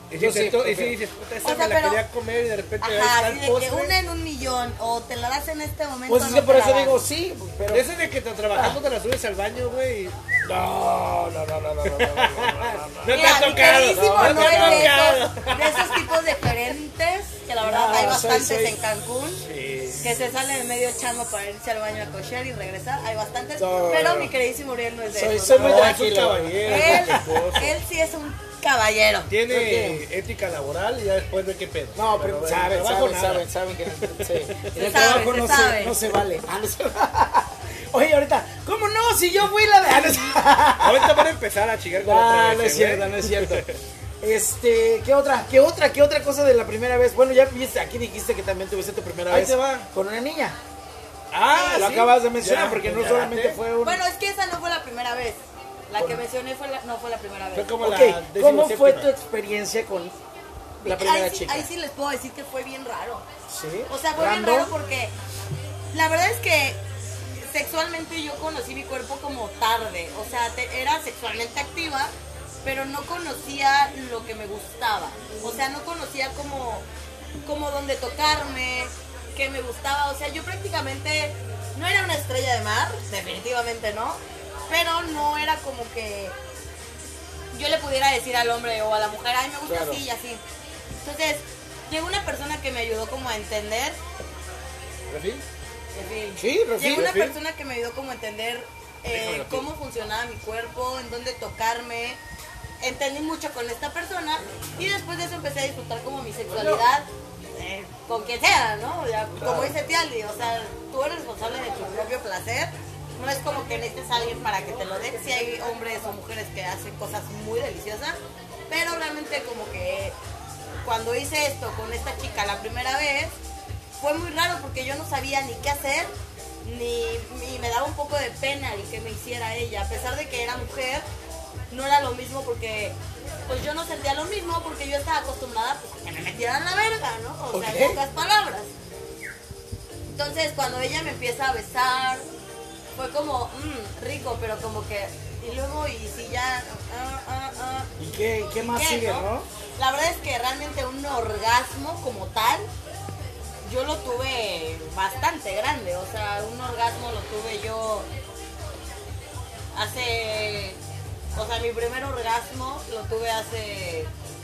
Y si, Yo te sí, to- y si porque- dices, puta, esa O sea, me la pero- quería comer y de repente ahí Ajá, está así el de que postre. una en un millón, o te la das en este momento. Pues es no que te por la eso das. digo sí, pero... Ese de que te trabajando te la subes al baño, güey. y- No, no, no, no, no, no, no, no, no, no. No te Mira, ha mi tocado. queridísimo No, no no te ha es de tocado. esos, de esos tipos de gerentes, que la verdad No, hay soy- bastantes soy- en Cancún, Sí. que se salen en medio chamo para irse al baño a cochear y regresar, hay bastantes, No, pero no. mi queridísimo Uriel no es de Soy- esos. soy la muy verdad. No, es un tranquilo. caballero, Él, es respetuoso. él sí es un caballero. Tiene Ok. ética laboral y ya después ve qué pedo. No, pero bueno, saben, trabajo saben, nada. saben, saben que sí. En el sabe, trabajo se no sabe. se, no se vale. Ah, no se- Oye, ahorita, ¿cómo no? Si yo fui la de... Ah, no se- Ahorita van a empezar a chingar con Ah, otra no vez, es ¿eh, cierto, güey? no es cierto. Este, ¿qué otra? ¿Qué otra? ¿Qué otra cosa de la primera vez? Bueno, ya viste, aquí dijiste que también tuviste tu primera Ahí vez te va. con una niña. Ah, Lo sí. acabas de mencionar Ya, porque no ya, solamente ¿eh? fue un... Bueno, es que esa no fue la primera vez. La que mencioné fue la- no fue la primera vez. Fue como Ok, la ¿cómo fue decimoséptima. tu experiencia con la primera ahí, sí, chica? ahí sí les puedo decir que fue bien raro. ¿Sí? O sea, fue bien ¿Random? raro porque la verdad es que sexualmente yo conocí mi cuerpo como tarde. O sea, te- era sexualmente activa, pero no conocía lo que me gustaba. O sea, no conocía como, como dónde tocarme, qué me gustaba. O sea, yo prácticamente no era una estrella de mar, definitivamente no. Pero no era como que yo le pudiera decir al hombre o a la mujer, ay, me gusta Claro. así y así. Entonces, llegó una persona que me ayudó como a entender. ¿Refil? Refil. Sí, refil, Llegó una refil. persona que me ayudó como a entender eh, Déjame refil. cómo funcionaba mi cuerpo, en dónde tocarme. Entendí mucho con esta persona y después de eso empecé a disfrutar como mi sexualidad eh, con quien sea, ¿no? Ya, como dice Tialdi, o sea, tú eres responsable de tu propio placer. No es como que necesites a alguien para que te lo dé. Sí hay hombres o mujeres que hacen cosas muy deliciosas, pero realmente como que cuando hice esto con esta chica la primera vez, fue muy raro porque yo no sabía ni qué hacer, ni, ni me daba un poco de pena el que me hiciera ella. A pesar de que era mujer, no era lo mismo porque pues yo no sentía lo mismo porque yo estaba acostumbrada pues, a que me metieran la verga, ¿no? O sea, Ok. en pocas palabras. Entonces cuando ella me empieza a besar, fue como, mmm, rico, pero como que, y luego, y si ya, ah, ah, ah, ¿Y qué, qué más ¿qué, sigue, no? no? La verdad es que realmente un orgasmo como tal, yo lo tuve bastante grande. O sea, un orgasmo lo tuve yo hace... O sea, mi primer orgasmo lo tuve hace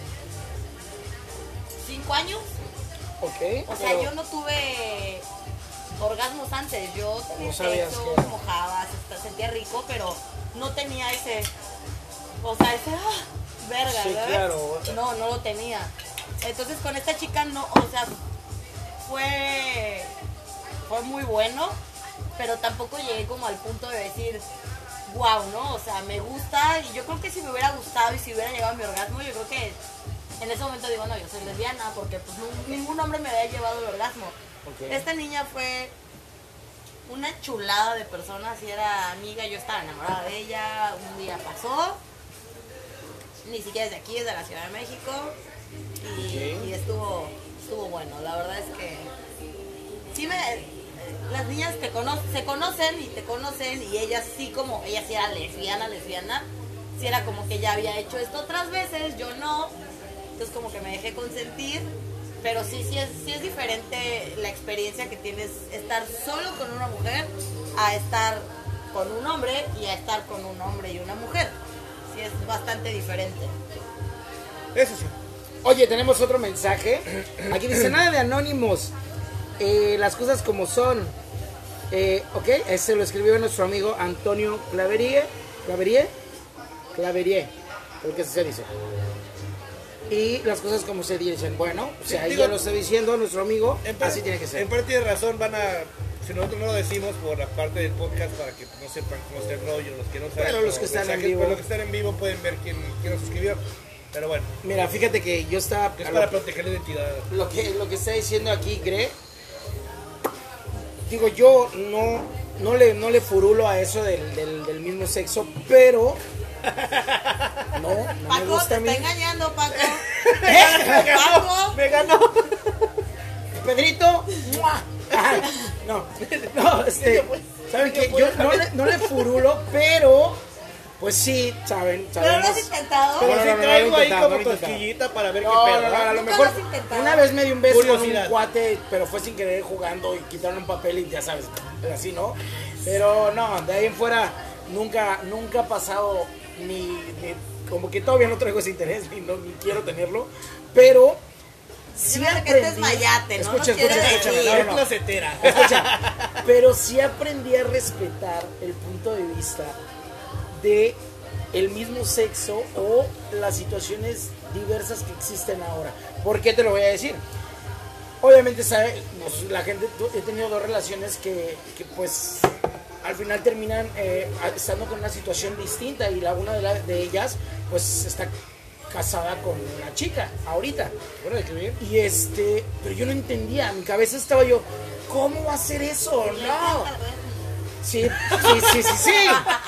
cinco años. Ok. O sea, pero- yo no tuve orgasmos antes. Yo tenía No sabías sexo, que- me mojaba, se- sentía rico, pero no tenía ese... O sea, ese... ah, verga, Sí, ¿sabes? claro. No, no lo tenía. Entonces con esta chica no, o sea, fue, fue muy bueno, pero tampoco llegué como al punto de decir, wow, ¿no? O sea, me gusta y yo creo que si me hubiera gustado y si hubiera llegado a mi orgasmo, yo creo que en ese momento digo, no, yo soy lesbiana, porque pues no- ningún hombre me había llevado el orgasmo. Ok. Esta niña fue una chulada de persona, si era amiga, yo estaba enamorada de ella, un día pasó, ni siquiera es de aquí, es de la Ciudad de México, y, y estuvo, estuvo bueno, la verdad es que sí me, las niñas te cono- se conocen y te conocen, y ella sí como, ella sí era lesbiana, lesbiana, sí era como que ya había hecho esto otras veces, yo no, entonces como que me dejé consentir. Pero sí, sí es, sí es diferente la experiencia que tienes estar solo con una mujer a estar con un hombre y a estar con un hombre y una mujer. Sí es bastante diferente. Eso sí. Oye, tenemos otro mensaje. Aquí dice nada de anónimos. Eh, las cosas como son. Eh, ok, ese lo escribió nuestro amigo Antonio Claverie. ¿Claverie? Claverie. Creo que así se dice. Y las cosas como se dicen. Bueno, o sea, Sí, ahí digo- ya lo está diciendo nuestro amigo. En par- Así tiene que ser. En parte tiene razón, van a. Si nosotros no lo decimos por la parte del podcast para que no sepan cómo está el rollo, los que no saben. Pero los por que están en mensajes, vivo. pero los que están en vivo pueden ver quién, quién nos escribió. Pero bueno, Mira, fíjate que yo estaba. es a para lo- proteger la identidad. Lo que, lo que está diciendo aquí Gre, digo, yo no, no, le, no le furulo a eso del, del, del mismo sexo, pero no, no me Paco, gusta te a mí. está engañando, Paco. ¿Eh? Paco. Me ganó. Pedrito. ¡mua! Ay, no, no, este, ¿saben qué? Yo no le, no le furulo, pero Pues sí, saben, Pero lo sabemos. has intentado. Pero No, sí no, no, traigo no lo he ahí intentado, como no lo he intentado. cosquillita para ver No, qué no, pedo. no, a ¿va? lo ¿Nunca mejor lo has intentado? una vez me dio un beso con Curiosidad. un cuate, pero fue sin querer jugando y quitaron un papel y ya sabes, así, ¿no? Pero no, de ahí en fuera nunca, nunca ha pasado ni, ni- como que todavía no traigo ese interés ni, no, ni quiero tenerlo, pero sí me hace que este es aprendí. mayate, ¿no? Escucha, No quiere escucha, escucha, decir. no, Es no, no. closetera. Escucha, pero sí aprendí a respetar el punto de vista de el mismo sexo o las situaciones diversas que existen ahora. ¿Por qué te lo voy a decir? Obviamente, sabe, pues, la gente, he tenido dos relaciones que, que pues al final terminan eh, estando con una situación distinta y la una de, la- de ellas pues está casada con una chica ahorita. Bueno, qué bien. Y este, pero yo no entendía, en mi cabeza estaba yo, ¿cómo va a ser eso? No. Sí, sí, sí, sí, sí.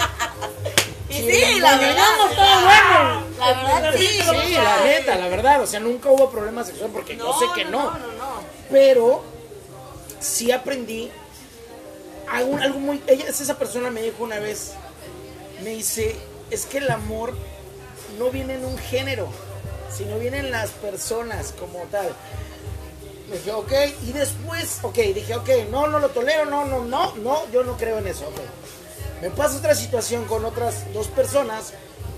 Y sí, la verdad. No, todo bueno. La verdad sí. Sí, la neta, la verdad, o sea, nunca hubo problemas sexuales porque yo sé que no. No, no, no. Pero sí aprendí algo, algo muy... Ella, esa persona me dijo una vez, me dice, es que el amor no viene en un género, sino viene en las personas como tal. Me dije, ok, y después, ok, dije, ok, no, no lo tolero, no, no, no, no, yo no creo en eso, ok. Me pasa otra situación con otras dos personas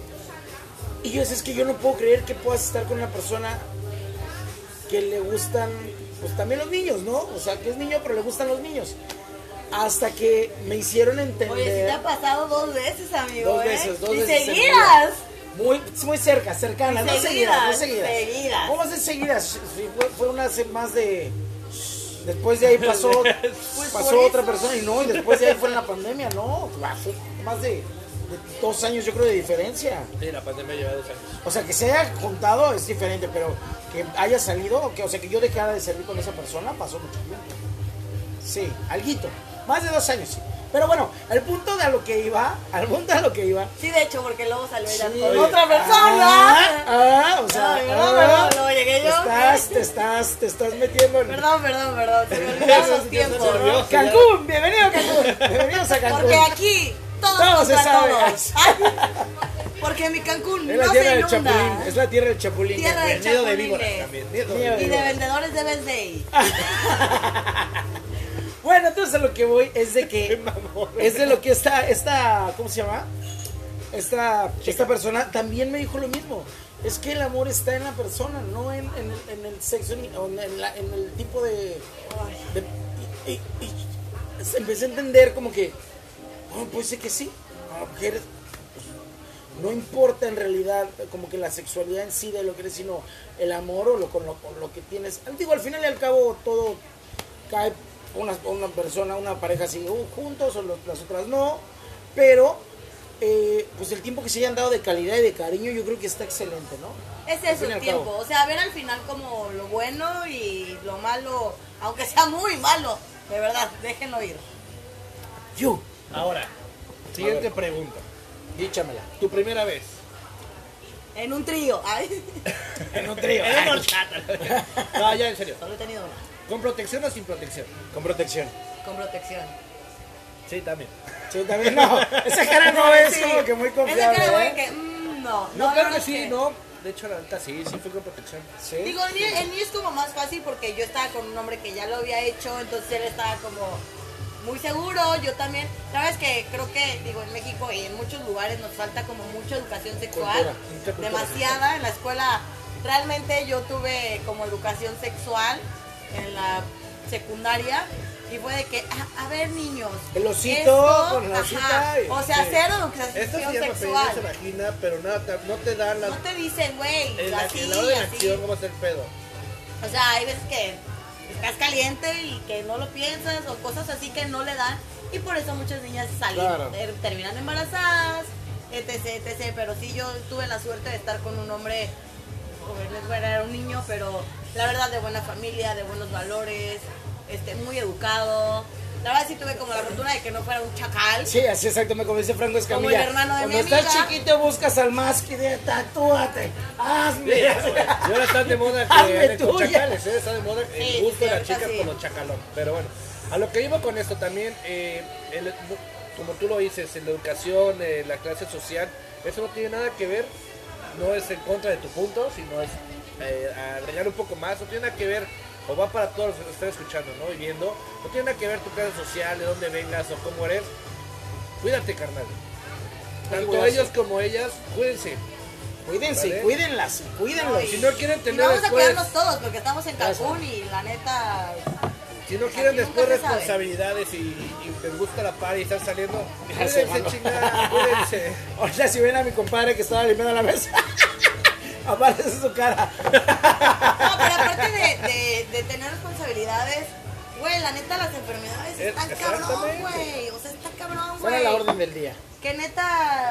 y yo decía, es que yo no puedo creer que puedas estar con una persona que le gustan, pues también los niños, ¿no? O sea, que es niño, pero le gustan los niños. Hasta que me hicieron entender... Oye, si te ha pasado dos veces, amigo. Dos ¿eh? veces, dos y veces en mi seguidas. Muy, muy cerca, cercanas, no seguidas, no Seguidas, seguidas. seguidas. ¿Cómo hace seguidas? Sí, fue, fue una hace más de... Después de ahí pasó, pasó por otra eso. persona y no, y después de ahí fue en la pandemia, no, fue más de, de dos años yo creo de diferencia. Sí, la pandemia lleva dos años. O sea, que se haya juntado es diferente, pero que haya salido, que, o sea, que yo dejara de salir con esa persona pasó mucho tiempo. Sí, alguito, más de dos años, sí. Pero bueno, al punto de a lo que iba, al punto de lo que iba, Sí, de hecho, porque luego salió ella sí, con oye, otra ah, persona. ah, o sea, Ay, ah, perdón, perdón, luego llegué yo. Estás, te estás, te estás metiendo en... Perdón, perdón, perdón. Se me olvidaron los tiempos. nervioso. Cancún, bienvenido a Cancún, bienvenidos a Cancún. Porque aquí todos Todo se contra sabe. todos. Ay, porque mi Cancún Es la no tierra se del Chapulín, inunda. es la tierra del Chapulín. Tierra Cancún. del Nido de Chapulines. víboras también. Nido Nido de Y de vendedores debes de ir. Bueno, entonces a lo que voy es de que es de lo que esta, esta, ¿cómo se llama? Esta, esta persona también me dijo lo mismo. Es que el amor está en la persona, no en, en el, en el sexo, ni- o en, la- en el tipo de... de- y, y- y empecé a entender como que, oh, pues sé que sí, a la mujer pues, no importa en realidad como que la sexualidad en sí de lo que eres, sino el amor o lo, con, lo, con lo que tienes. Digo, al final y al cabo todo cae una, una persona, una pareja así uh, juntos o los- las otras no, pero eh, pues el tiempo que se hayan dado de calidad y de cariño yo creo que está excelente, ¿no? Es Al eso fin y el al tiempo. cabo. O sea, ver al final como lo bueno y lo malo, aunque sea muy malo. De verdad, déjenlo ir. You, Ahora, siguiente pregunta. díchamela. Tu primera vez. En un trío. Ay, En un trío. En una horchata. No, ya en serio. solo he tenido una. ¿Con protección o sin protección? Con protección. Con protección. Sí, también. Sí, también no. Esa cara no es Sí. como que muy Esa confiable. cara de güey ¿eh? que, mm, no. No, la claro verdad que es sí, no. De hecho, la neta sí, sí fue con protección. Sí. Digo, en mí, en mí estuvo más fácil porque yo estaba con un hombre que ya lo había hecho, entonces él estaba como muy seguro, yo también. La verdad es que creo que, digo, en México y en muchos lugares nos falta como mucha educación sexual, Cultura, mucha cultura demasiada. En la escuela, realmente yo tuve como educación sexual en la secundaria y fue de que, a, a ver niños, El osito esto, con la ajá, osita y- o sea, sí. cero Esto educación se llama sexual. pedirse vagina, pero nada, te- no te dan las... No te dicen, güey, En la, así, en la hora de la así. acción, ¿cómo está el pedo? O sea, hay veces que estás caliente y que no lo piensas o cosas así que no le dan y por eso muchas niñas salen, Claro. ter- terminan embarazadas, etc, etc. Pero sí, yo tuve la suerte de estar con un hombre, joven, era un niño, pero la verdad de buena familia, de buenos valores, este, muy educado. La verdad sí tuve como la fortuna de que no fuera un chacal. Sí, así exactamente como dice Franco Escamilla. Como el hermano de Cuando mi estás amiga. chiquito buscas al más que de tatúate, hazme. Y ahora están de moda que Hazme anden con tuya. chacales, ¿eh? Está de moda Sí, el gusto sí, de las ahorita chicas sí. con los chacalón. Pero bueno, a lo que iba con esto también, eh, el- como tú lo dices, en la educación, en la clase social, eso no tiene nada que ver, no es en contra de tu punto, sino es eh, agregar un poco más, no tiene nada que ver, o va para todos los que están escuchando, ¿no? Y viendo, no tiene nada que ver tu clase social, de dónde vengas o cómo eres, cuídate, carnal. Tanto cuidarse. ellos como ellas, cuídense. Cuídense, ¿Vale? cuídenlas, cuídenlos. Si no quieren Y tener vamos a después, cuidarnos todos porque estamos en Cancún y la neta. si no quieren Aquí después nunca se sabe. responsabilidades y, y les gusta la par y están saliendo, Ya sé, cuídense, mano. chingada, cuídense. Ahorita si ven a mi compadre que estaba limpiando la mesa, aparece su cara. No, pero aparte de, de, de tener responsabilidades, güey, la neta las enfermedades Eh, están cabrón, exactamente. güey. O sea, está cabrón, Fuera güey. la orden del día. Que neta.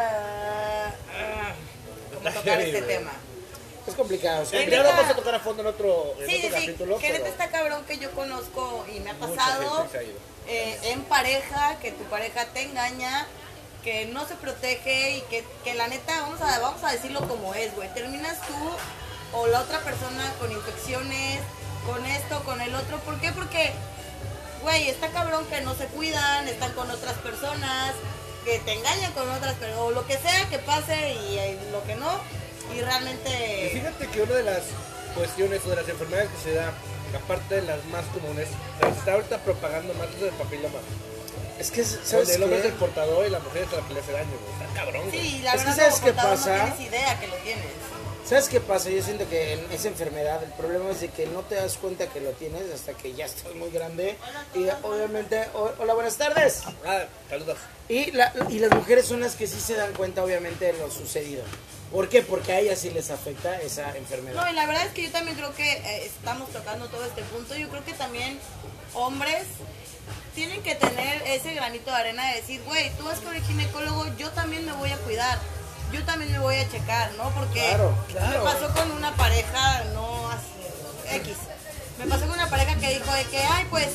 ah, ¿Cómo tocar este tema? Es complicado. ¿sí? Ya lo vamos a tocar a fondo en otro, en Sí, otro sí, sí. capítulo. Que neta pero está cabrón que yo conozco y me ha mucha pasado gente se ha ido. eh, en pareja, que tu pareja te engaña, que no se protege y que, que la neta, vamos a, vamos a decirlo como es, güey. Terminas tú o la otra persona con infecciones, con esto, con el otro. ¿Por qué? Porque, güey, está cabrón que no se cuidan, están con otras personas, que te engañan con otras personas, o lo que sea que pase y eh, lo que no. Y Y realmente... fíjate que una de las cuestiones o de las enfermedades que se da, aparte de las más comunes, las está ahorita propagando más es el papiloma. Es que, Donde ¿sabes el hombre es qué? el portador y la mujer es la que le hace daño, güey. Está cabrón, güey. Sí, la Es que verdad ¿sabes como qué portador pasa? no tienes idea que lo tienes. ¿Sabes qué pasa? Yo siento que en esa enfermedad el problema es de que no te das cuenta que lo tienes hasta que ya estás muy grande. Y obviamente, o- hola, buenas tardes. Ah, saludos. Y, la- y las mujeres son las que sí se dan cuenta obviamente de lo sucedido. ¿Por qué? Porque a ellas sí les afecta esa enfermedad. No, y la verdad es que yo también creo que eh, estamos tocando todo este punto. Yo creo que también hombres tienen que tener ese granito de arena de decir, güey, tú vas con el ginecólogo, yo también me voy a cuidar. Yo también me voy a checar, ¿no? Porque Claro, claro. me pasó con una pareja, no hace X. Me pasó con una pareja que dijo de que, ay, pues...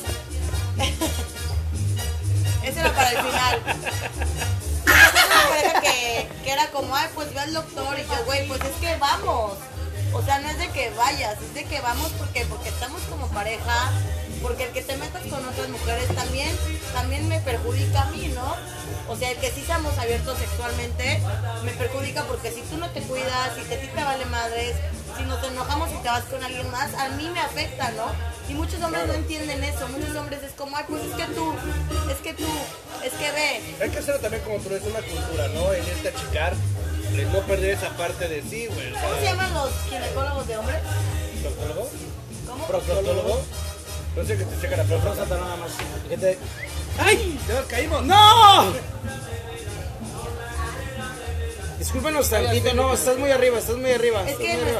Ese era para el final. Me pasó con una pareja que, que era como, ay, pues ve al doctor. Y yo, güey, pues es que vamos. O sea, no es de que vayas, es de que vamos porque, porque estamos como pareja. Porque el que te metas con otras mujeres también, también me perjudica a mí, ¿no? O sea, el que sí seamos abiertos sexualmente me perjudica porque si tú no te cuidas, si a ti te vale madres, si nos enojamos y te vas con alguien más, a mí me afecta, ¿no? Y muchos hombres no entienden eso. Muchos hombres es como, ay, pues es que tú, es que tú, es que ve. Hay que hacerlo también como tú dices, una cultura, ¿no? En este achicar, el no perder esa parte de sí, güey. o sea, ¿Cómo se llaman los ginecólogos de hombres? ¿Proctólogo? ¿Cómo? ¿Proctólogo? No sé que te checa la próstata. Próstata nada más. Que te- ¡Ay! ¡Ya nos caímos! ¡No! Discúlpenos tantito, no, estás muy arriba, estás muy arriba. Es estás que muy arriba.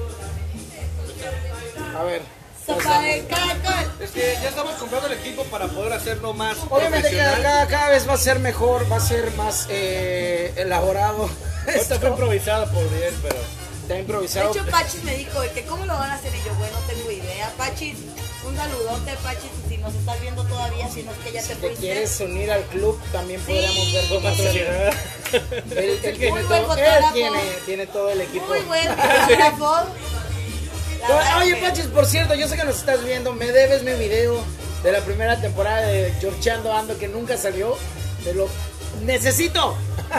nuestra A ver. sopa de caracol. Es que ya estamos comprando el equipo para poder hacerlo más Obviamente cada, profesional. cada, cada vez va a ser mejor, va a ser más eh, elaborado. Ahorita fue improvisado por Uriel, pero... Está De improvisado. hecho, Pachis me dijo de que cómo lo van a hacer y yo, bueno, no tengo idea. Pachis, un saludote, Pachis, y si nos estás viendo todavía, si no es que ya te Si te fuiste. quieres unir al club, también Sí. podríamos ver cómo hacerlo. Él, él tiene, Muy todo, buen él fotógrafo. tiene, tiene todo el equipo. Muy buen fotógrafo. La verdad Oye, que- Pachis, por cierto, yo sé que nos estás viendo. Me debes mi video de la primera temporada de Georgeando Ando que nunca salió. Te lo necesito.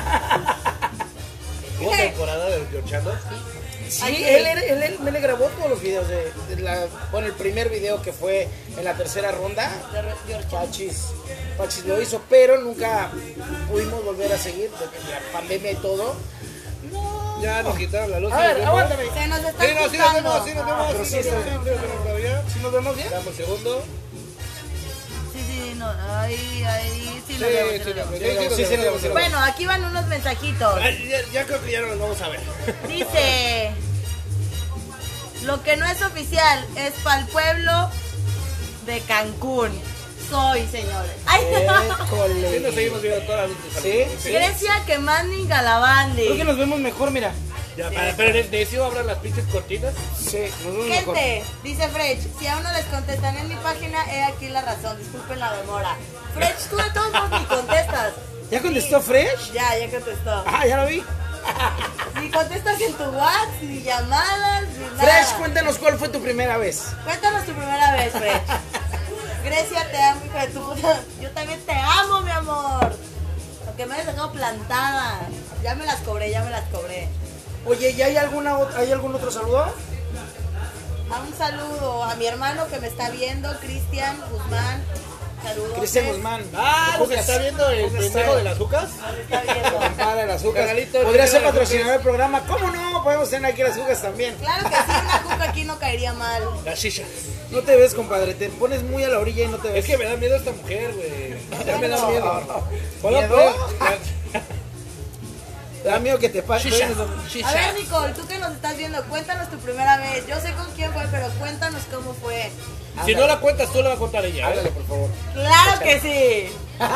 ¿Hubo temporada de Georgeando? Sí, Ay, él, él, él- él me le grabó todos los videos de, de la, bueno, el primer video que fue en la tercera ronda. de Re- George. Pachis, Pachis lo hizo, pero nunca pudimos volver a seguir desde la pandemia y todo. No. Ya nos quitaron la luz. A ¿sí ver, nos vemos? aguántame. Se nos está Sí, no, sí nos escuchando. vemos, sí nos Ah, vemos. pero sí sí nos está vemos, bien. sí nos vemos todavía. ¿Sí nos vemos bien? Dame un segundo. Sí, sí, no, ahí, ahí, sí, Sí, lo veo, sí, sí lo veo. sí, Sí, sí, sí, nos sí, vemos, nos nos vemos. Bueno, aquí van unos mensajitos. Ay, ya, ya creo que ya no nos vamos a ver. Dice, lo que no es oficial es para el pueblo de Cancún. Soy, señores. Ay, École. Sí, nos seguimos viendo todas las Sí, sí. Grecia que manden Galabandi. Creo que nos vemos mejor, mira. Ya, para, pero en el necio abran las pinches cortinas. Sí, nos vemos mejor. Gente, dice Frech, si aún no les contestan en mi página, he aquí la razón. Disculpen la demora. Frech, tú de todos modos ni contestas. ¿Ya contestó Fresh? Ya, ya contestó. Ah, ya lo vi. Ni contestas en tu WhatsApp, ni llamadas, ni nada. Fresh, cuéntanos cuál fue tu primera vez. Cuéntanos tu primera vez, Frech. Grecia, te amo, hija de tu puta. Yo también te amo, mi amor. que me hayas dejado plantada. Ya me las cobré, ya me las cobré. Oye, ¿y hay, alguna, ot- ¿hay algún otro saludo? A un saludo a mi hermano que me está viendo, Cristian Guzmán. Saludos. Cristian Guzmán. Ah, ¿no se Jucas. está viendo el Jucas pendejo está- de las jucas? Me está viendo. Compadre, las jugas. Carnalito, Podría el ser de las patrocinador jucas. del programa. ¿Cómo no? Podemos tener aquí las jugas también. Claro que sí, una cuca aquí no caería mal. La shisha. No te ves, compadre. Te pones muy a la orilla y no te ves. Es que me da miedo esta mujer, güey. Ya me da No. miedo. ¿Miedo? Te da miedo que te pase. Shisha. A ver, Nicole, tú que nos estás viendo, cuéntanos tu primera vez. Yo sé con quién fue, pero cuéntanos cómo fue. Si no la cuentas, tú la vas a contar ella. ¿eh? Háblale, por favor. Claro que sí.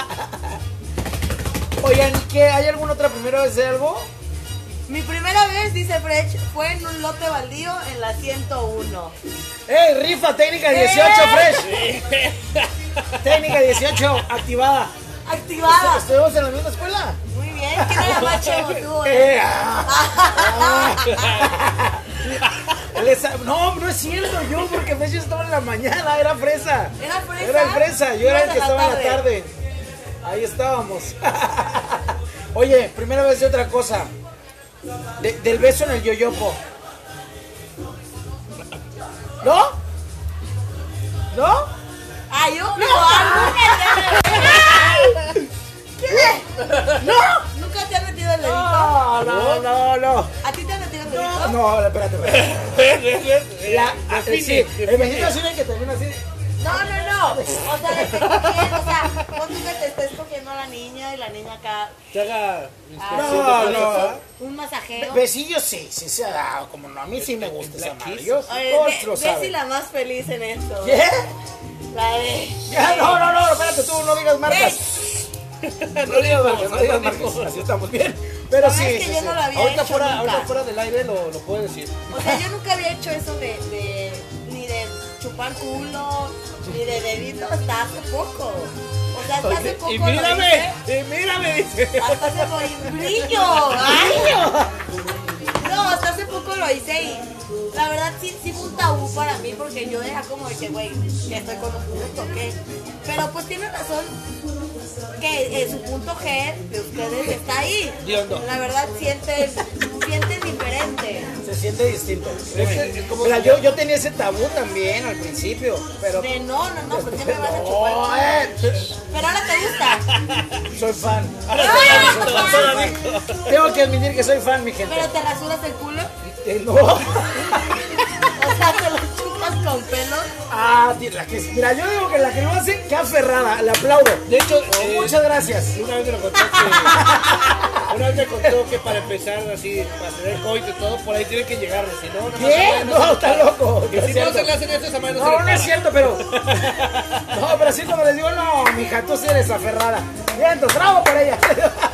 Oigan, ¿qué? ¿Hay alguna otra primera vez de algo? Mi primera vez, dice Frech, fue en un lote baldío en la ciento uno. ¡Ey! Rifa técnica dieciocho, Fresh. Técnica dieciocho activada. Activada. ¿Estuvimos en la misma escuela? Muy bien. ¿Quién era más chavo, tú? eh? Eh, ah. Él es- no, no es cierto, yo porque Fresh estaba en la mañana, era fresa. ¿Era fresa? Era el fresa, yo era el Ibas que a la estaba en la tarde. Ahí estábamos. Oye, primera vez de otra cosa. De- del beso en el yoyopo. ¿No? ¿No? Ay, yo no. ¿Qué? ¿No? ¿Nunca te has metido el dedito? No, no, no, no. ¿A ti te has metido el No, dedito? no, espérate, espérate. La, ah, Define, sí, el define. besito así de que termina así. No, no, no. O sea, de que cogiendo, o sea, pon tú que te estés cogiendo a la niña y la niña acá. Que haga inspección No, de no. fuerza. Un masajeo. Besillos sí, sí se ha dado, como no, a mí sí me gusta esa Black madre. Kiss. Yo, Oye, todos ve, lo ve saben. si la más feliz en esto. ¿Qué? La de. Ya, no, no, no, espérate tú, no digas marcas. No digas marcas, no digas no marcas. digas. Así estamos bien. Pero No, sí, es que sí, yo sí. no lo había Ahorita hecho fuera, nunca. ahorita fuera del aire lo, lo puedo decir. O sea, yo nunca había hecho eso de, de ni de chupar culo, ni de dedito hasta hace poco. O sea, hasta hace poco Y lo mírame, hice. y mírame, dice. Hasta hace poco. ¡Brillo! ¡Ay! No, hasta hace poco lo hice y la verdad sí, sí fue un tabú para mí porque yo era como de que, güey, que estoy con un punto, ¿qué? Pero pues tiene razón que eh, su punto G de ustedes está ahí. Diondo. La verdad sienten, sienten diferente. Se siente distinto. Es que es como Mira, si yo, ya- yo tenía ese tabú también al principio, pero... De no, no, no, ¿por qué me vas a chupar? No, eh, Pero ahora te gusta. soy fan. ¡Ah! Tengo que admitir que soy fan, mi gente. Pero te rasuras el culo. Eh, no. O sea, te lo chupas con pelo. Ah, tío, la que, mira, yo digo que la que lo hace, que aferrada, le aplaudo. De hecho, Oh, eh, muchas gracias. una vez me lo contó que. Una vez me contó que para empezar así, para tener coito y todo, por ahí tiene que llegarle. Si no, no ¿Qué? No, está loco. Y No es si no cierto. se le hacen eso, esa madre no, se No, le no es para. cierto, pero. No, pero sí cuando les digo, no, mija, tú sí eres aferrada. Bien, entonces, bravo por ella.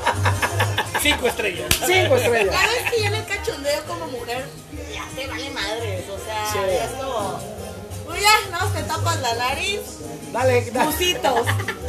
Cinco estrellas. Cinco estrellas. La vez que ya en el cachondeo como mujer, ya te vale madres. O sea, Sí. ya es como. Uy, ya, no, te tapas la nariz. Dale, dale. Busitos.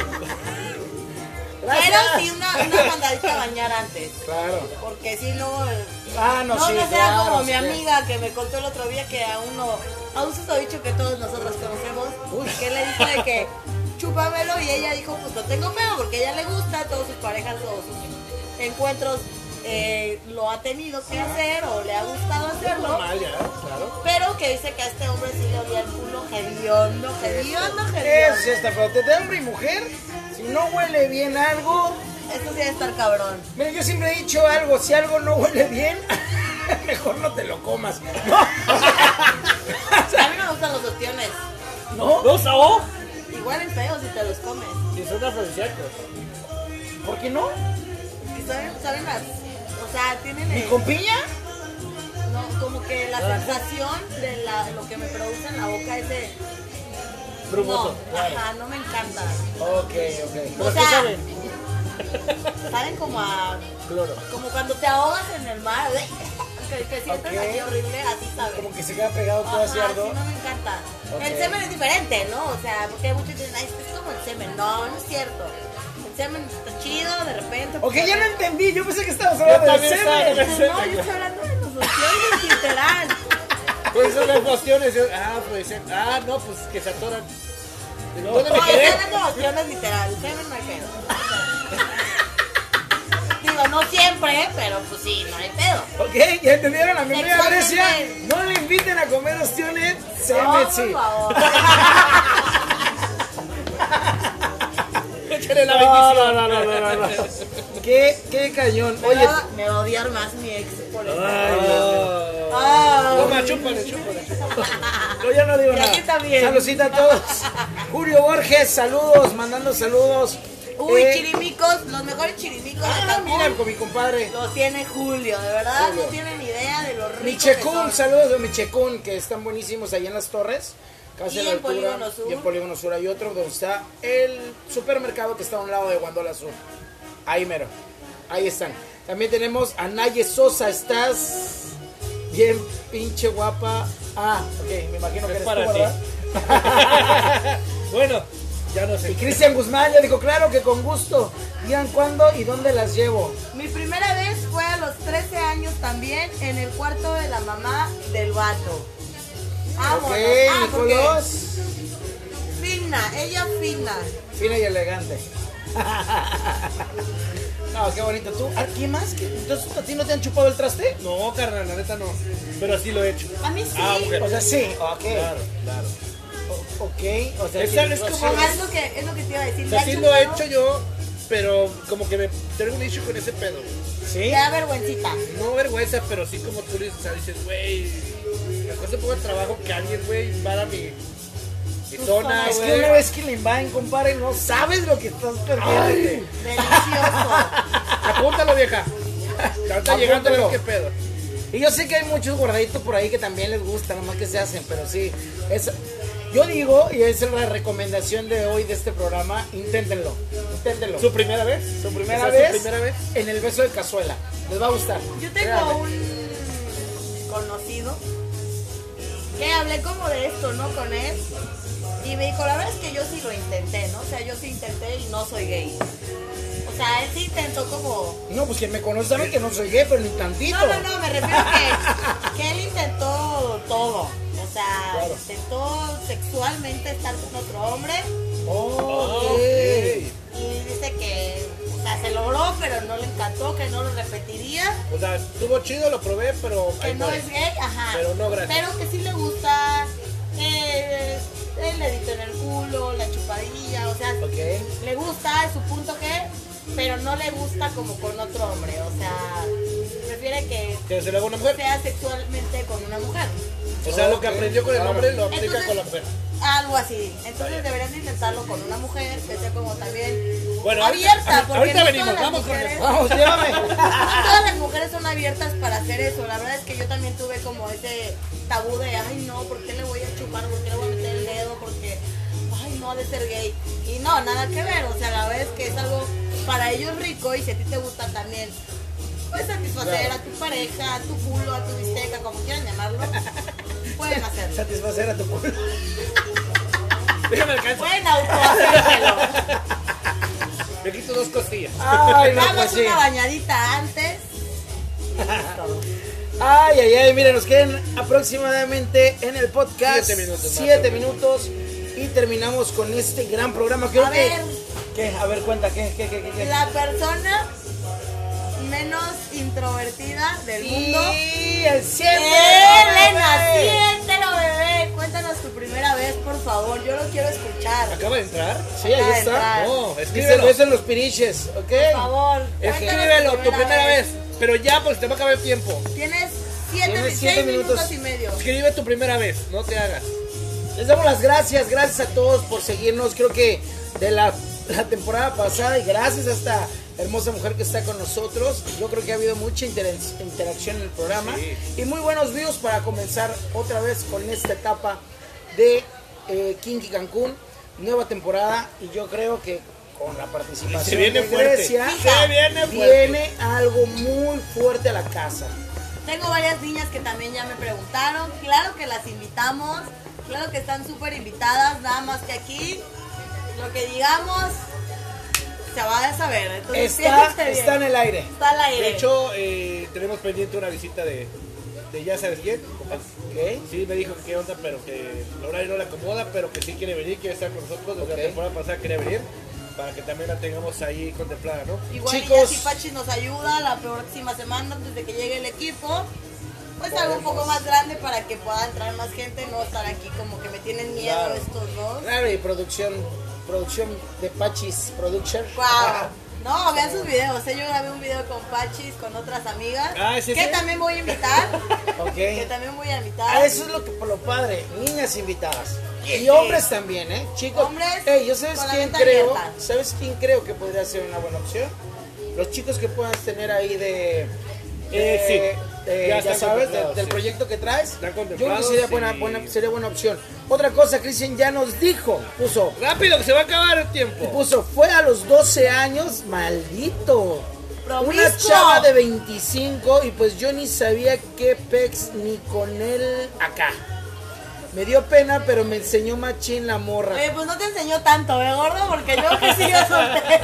Gracias. Pero sí una, una mandadita a bañar antes. Claro. Porque si luego. Ah, no, no, sí, no sea claro, como sí. mi amiga que me contó el otro día que aún no. A un susodicho que todos nosotros conocemos. Uy. Que le dijo de que chúpamelo y ella dijo, pues no tengo pedo porque a ella le gusta, todas sus parejas, todos sus encuentros eh, lo ha tenido que hacer o le ha gustado hacerlo. Normal, ya, claro. Pero que dice que a este hombre sí le olía el culo hediondo, hediondo, Eso hediondo. sí está, pero de hombre y mujer, si no huele bien algo. Esto sí debe estar cabrón. Mira, yo siempre he dicho algo, si algo no huele bien, mejor no te lo comas. No. A mí me gustan los ostiones. ¿No? ¿No, Sao? Igual en feos si te los comes. Y son afrodisíacos. ¿Por qué no? Que saben, saben las. O sea, tienen ¿Ni el- con piña? no, como que la sensación de la, lo que me produce en la boca es de. Brumoso. No, ajá, no me encanta. Ok, ok. ¿Pero O qué sea, saben? Saben como a. Cloro. Como cuando te ahogas en el mar. Que, que sientes Ok. aquí horrible, así sabe. Como que se queda pegado todo Ajá, así sí, ardo. no me encanta. Ok. El semen es diferente, ¿no? O sea, porque muchos dicen, ay, es como el semen. No, no es cierto. El semen está chido, de repente. Ok, ya no entendí, yo pensé que estabas Yo hablando de también estaba semen. en el No, semen. yo estoy hablando de los opciones, literal. Pues son las cuestiones. yo- Ah, pues ah, no, pues que se atoran. ¿Dónde No, me estoy quedé? hablando de opciones literal. El semen no hay pedo. Digo, no siempre, pero pues sí, no hay pedo. Ok, ya entendieron a mi amiga Sexualmente. Grecia. No le inviten a comer ostiones. Se No, me por sí. favor. Échale la No, bendición. no, no, no, no, no, no. Qué, qué cañón. Me Oye, va, me va a odiar más mi ex por eso. Ah. Ah. Toma, chúpale, chúpale. yo ya no digo Y nada. aquí también. Saludcita a todos. Julio Borges, saludos, mandando saludos. Uy, Eh, chirimicos, los mejores chirimicos de Ah, Cancún. mira, con mi compadre. Los tiene Julio, de verdad Julio. no tienen idea de lo rico que Michecún, son. saludos de Michecún, que están buenísimos ahí en las torres. Casi Y a la en altura. Polígono Sur. Y en Polígono Sur hay otro donde está el supermercado que está a un lado de Guandola Sur. Ahí mero. Ahí están. También tenemos a Naye Sosa, estás bien pinche guapa. Ah, ok, me imagino que Es eres para tú, ti. ¿verdad? Bueno, ya no sé. Y Cristian Guzmán ya dijo, claro que con gusto. Digan cuándo y dónde las llevo. Mi primera vez fue a los trece años también en el cuarto de la mamá del vato. Vámonos. Ok, Ah, porque Nicolás. Fina, ella fina. Fina y elegante. No, qué bonito. ¿Tú? ¿A quién más? ¿Qué- Entonces, ¿a ti no te han chupado el traste? No, carnal, la neta no. Pero sí lo he hecho. A mí sí. Ah, mujer. O sea, sí. Ok. Claro, claro. O- ok. O sea, Esa sí, es no como- sé. Ajá, es lo que, es lo que te iba a decir. O sea, ¿Ya sí has lo he chupado? hecho yo, pero como que me tengo un issue con ese pedo. ¿Sí? Te da vergüencita. No vergüenza, pero sí como tú dices, o sea, dices, güey, me cuesta un poco de trabajo que alguien, güey, invada mi, mi Tu zona, zona. Es que güey. una vez que le invaden, compadre, no sabes lo que estás perdiendo. Delicioso. Apúntalo, vieja. Ya está llegando a ver Apúntalo. qué pedo. Y yo sé que hay muchos guardaditos por ahí que también les gusta, nomás que se hacen, pero sí. Es, yo digo, y esa es la recomendación de hoy de este programa, inténtenlo. Inténtenlo. ¿Su primera vez? Su primera ¿Esa es vez, su primera vez? en el beso de cazuela. Les va a gustar. Yo tengo Créanme. un conocido que hablé como de esto, ¿no? Con él. Y me dijo, la verdad es que yo sí lo intenté, ¿no? O sea, yo sí intenté y no soy gay. O sea, él sí intentó como... No, pues quien me conoce sabe que no soy gay, pero ni tantito. No, no, no, me refiero a que, que él intentó todo. O sea, Claro. intentó sexualmente estar con otro hombre. Oh, Ok. ok. Y dice que, o sea, se logró, pero no le encantó, que no lo repetiría. O sea, estuvo chido, lo probé, pero Que ahí no muere. es gay, ajá. Pero no, gracias. Pero que sí le gusta eh, el dedito en el culo, la chupadilla, o sea, Ok. le gusta, es su punto que, pero no le gusta como con otro hombre, o sea, prefiere que Que se lo haga una mujer. sea sexualmente con una mujer. O sea, lo que Ok, aprendió con el claro. hombre lo aplica Entonces- con la mujer. Algo así. Entonces deberían de intentarlo con una mujer que sea como también Bueno, ahorita- abierta, porque ahorita no venimos, todas las vamos con mujeres, eso. Vamos, llévame. no todas las mujeres son abiertas para hacer eso. La verdad es que yo también tuve como ese tabú de, ay no, ¿por qué le voy a chupar? ¿Por qué le voy a meter el dedo? Porque, ay no, ha de ser gay. Y no, nada que ver. O sea, la verdad es que es algo para ellos rico y si a ti te gusta también, puedes satisfacer Claro. a tu pareja, a tu culo, a tu bisteca, como quieran llamarlo, pueden hacerlo. Satisfacer a tu culo. Déjame alcanzar. Pueden autohacérselo. Me quito dos costillas. Ay, no, Damos pues sí. una bañadita antes. Ay, ay, ay, miren, nos quedan aproximadamente en el podcast Siete minutos más, siete o menos. minutos y terminamos con este gran programa. Creo A que, ver. ¿qué? A ver, cuenta, ¿qué? ¿Qué? ¿Qué? ¿Qué? qué? La persona menos introvertida del mundo. Y el siempre. Elena, siéntelo, bebé. Cuéntanos tu primera vez, por favor. Yo lo quiero escuchar. ¿Acaba de entrar? Sí, ahí Acaba de está. entrar. No, Dice el escríbelo. beso en los piriches, ¿ok? Por favor. cuéntanos Escríbelo, tu primera vez. Pero ya, pues te va a acabar el tiempo. Tienes siete, Tienes seis siete minutos. minutos. y medio. Escribe tu primera vez, no te hagas. Les damos las gracias, gracias a todos por seguirnos. Creo que de la, la temporada pasada y gracias a esta hermosa mujer que está con nosotros, yo creo que ha habido mucha inter- interacción en el programa Sí. y muy buenos views para comenzar otra vez con esta etapa de eh, Kinky Cancún, nueva temporada y yo creo que con la participación Se viene de fuerte. Grecia Se viene fuerte. viene algo muy fuerte a la casa. Tengo varias niñas que también ya me preguntaron. Claro que las invitamos. Claro que están súper invitadas. Nada más que aquí, lo que digamos, se va a saber. Entonces, Está, fíjense bien. está en el aire. Está al aire. De hecho, eh, tenemos pendiente una visita de, de ya sabes quién. ¿Ok? Sí, me dijo que qué onda, pero que el horario no le acomoda, pero que sí quiere venir, quiere estar con nosotros. Desde Ok. la temporada pasada quería venir. para que también la tengamos ahí contemplada, ¿no? Igual Chicos. y ya si Pachi nos ayuda la próxima semana antes de que llegue el equipo, pues algo un poco más grande para que pueda entrar más gente, no estar aquí como que me tienen miedo Claro. estos dos. Claro, y producción, producción de Pachis Production. Wow. No, vean sus videos, ¿eh? Yo grabé un video con Pachis, con otras amigas, Ah, ¿sí, que sí? también voy a invitar, Ok. que también voy a invitar. Ah, eso es lo que por lo padre, niñas invitadas. Y hombres también, ¿eh? Chicos, Hombres ey, ¿yo sabes con la quién mente creo? abierta. ¿Sabes quién creo que podría ser una buena opción? Los chicos que puedas tener ahí de... de- Eh, sí. de- Ya ya, están sabes, de- contemplados, del sí. proyecto que traes. Están Yo creo que contemplados sería buena, y- buena, sería buena opción. Otra cosa, Cristian ya nos dijo, puso, Rápido, que se va a acabar el tiempo. puso, fue a los doce años, maldito. Una Promiscuo. chava de veinticinco y pues yo ni sabía qué pex ni con él acá. Me dio pena, pero me enseñó machín la morra. Oye, pues no te enseñó tanto, ¿eh, gordo? Porque yo que sí yo soltero.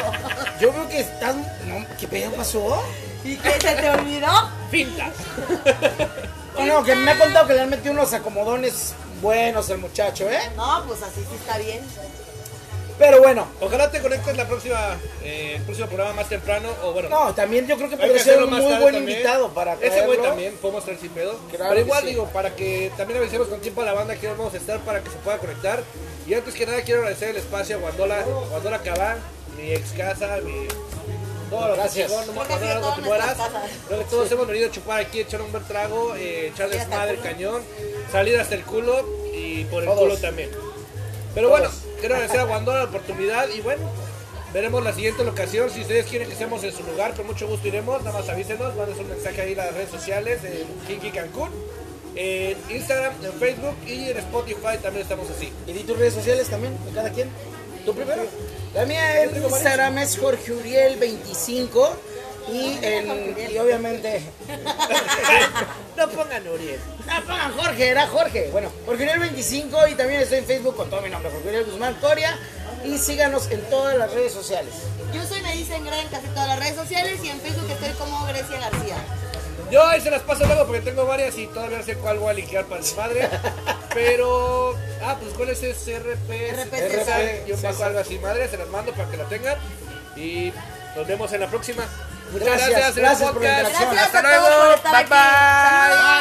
Yo veo que estás... no, ¿qué pedo pasó? ¿Y que se te olvidó? Fintas. No, no, que me ha contado que le han metido unos acomodones buenos al muchacho, ¿eh? No, pues así sí está bien. Pero bueno, Ojalá te conectes la próxima, eh, el próximo programa más temprano. O bueno, no, también yo creo que hay que podría ser hacerlo un más muy tarde buen también. invitado para Ese güey traerlo. también, podemos traer sin pedo. Claro Pero que igual sí. digo, para que también avisemos con tiempo a la banda que vamos a estar para que se pueda conectar. Y antes que nada quiero agradecer el espacio a Guandola, Guandola Cabán, mi ex casa, mi... Todo lo que Gracias. chingón, no me Creo que ha sido acuerdo, no te todas mueras. nuestras casas. Creo que todos hemos venido a chupar aquí, echar un buen trago, eh, echar Sí, hasta desmadre el el culo. cañón, salir hasta el culo y por el Todos. culo también. Pero Todos. bueno, quiero agradecer a Guandola la oportunidad y bueno, veremos la siguiente locación. Si ustedes quieren que estemos en su lugar, con mucho gusto iremos. Nada más avísenos, manden un mensaje ahí en las redes sociales, en Kinky Cancún, en Instagram, en Facebook y en Spotify también estamos así. ¿Y di tus redes sociales también, de cada quien? ¿Tú primero? La mía en Instagram es Jorge Uriel veinticinco y, en, y obviamente... No pongan Uriel. Ah, pongan Jorge, era Jorge. Bueno, Jorge Uriel veinticinco y también estoy en Facebook con todo mi nombre, Jorge Uriel Guzmán Coria. Y síganos en todas las redes sociales. Yo soy Me Dicen Gre en casi todas las redes sociales y en Facebook estoy como Grecia García. Yo ahí se las paso luego porque tengo varias y todavía no sé cuál voy a linkear para el madre. Pero, ah, pues cuál es ese R P, R P César, César. y un bajo algo así, madre, se las mando para que lo tengan. Y nos vemos en la próxima. Muchas Gracias, gracias, en el gracias por la podcast. interacción. Gracias Hasta a todos luego. por estar Bye aquí. Hasta bye. luego.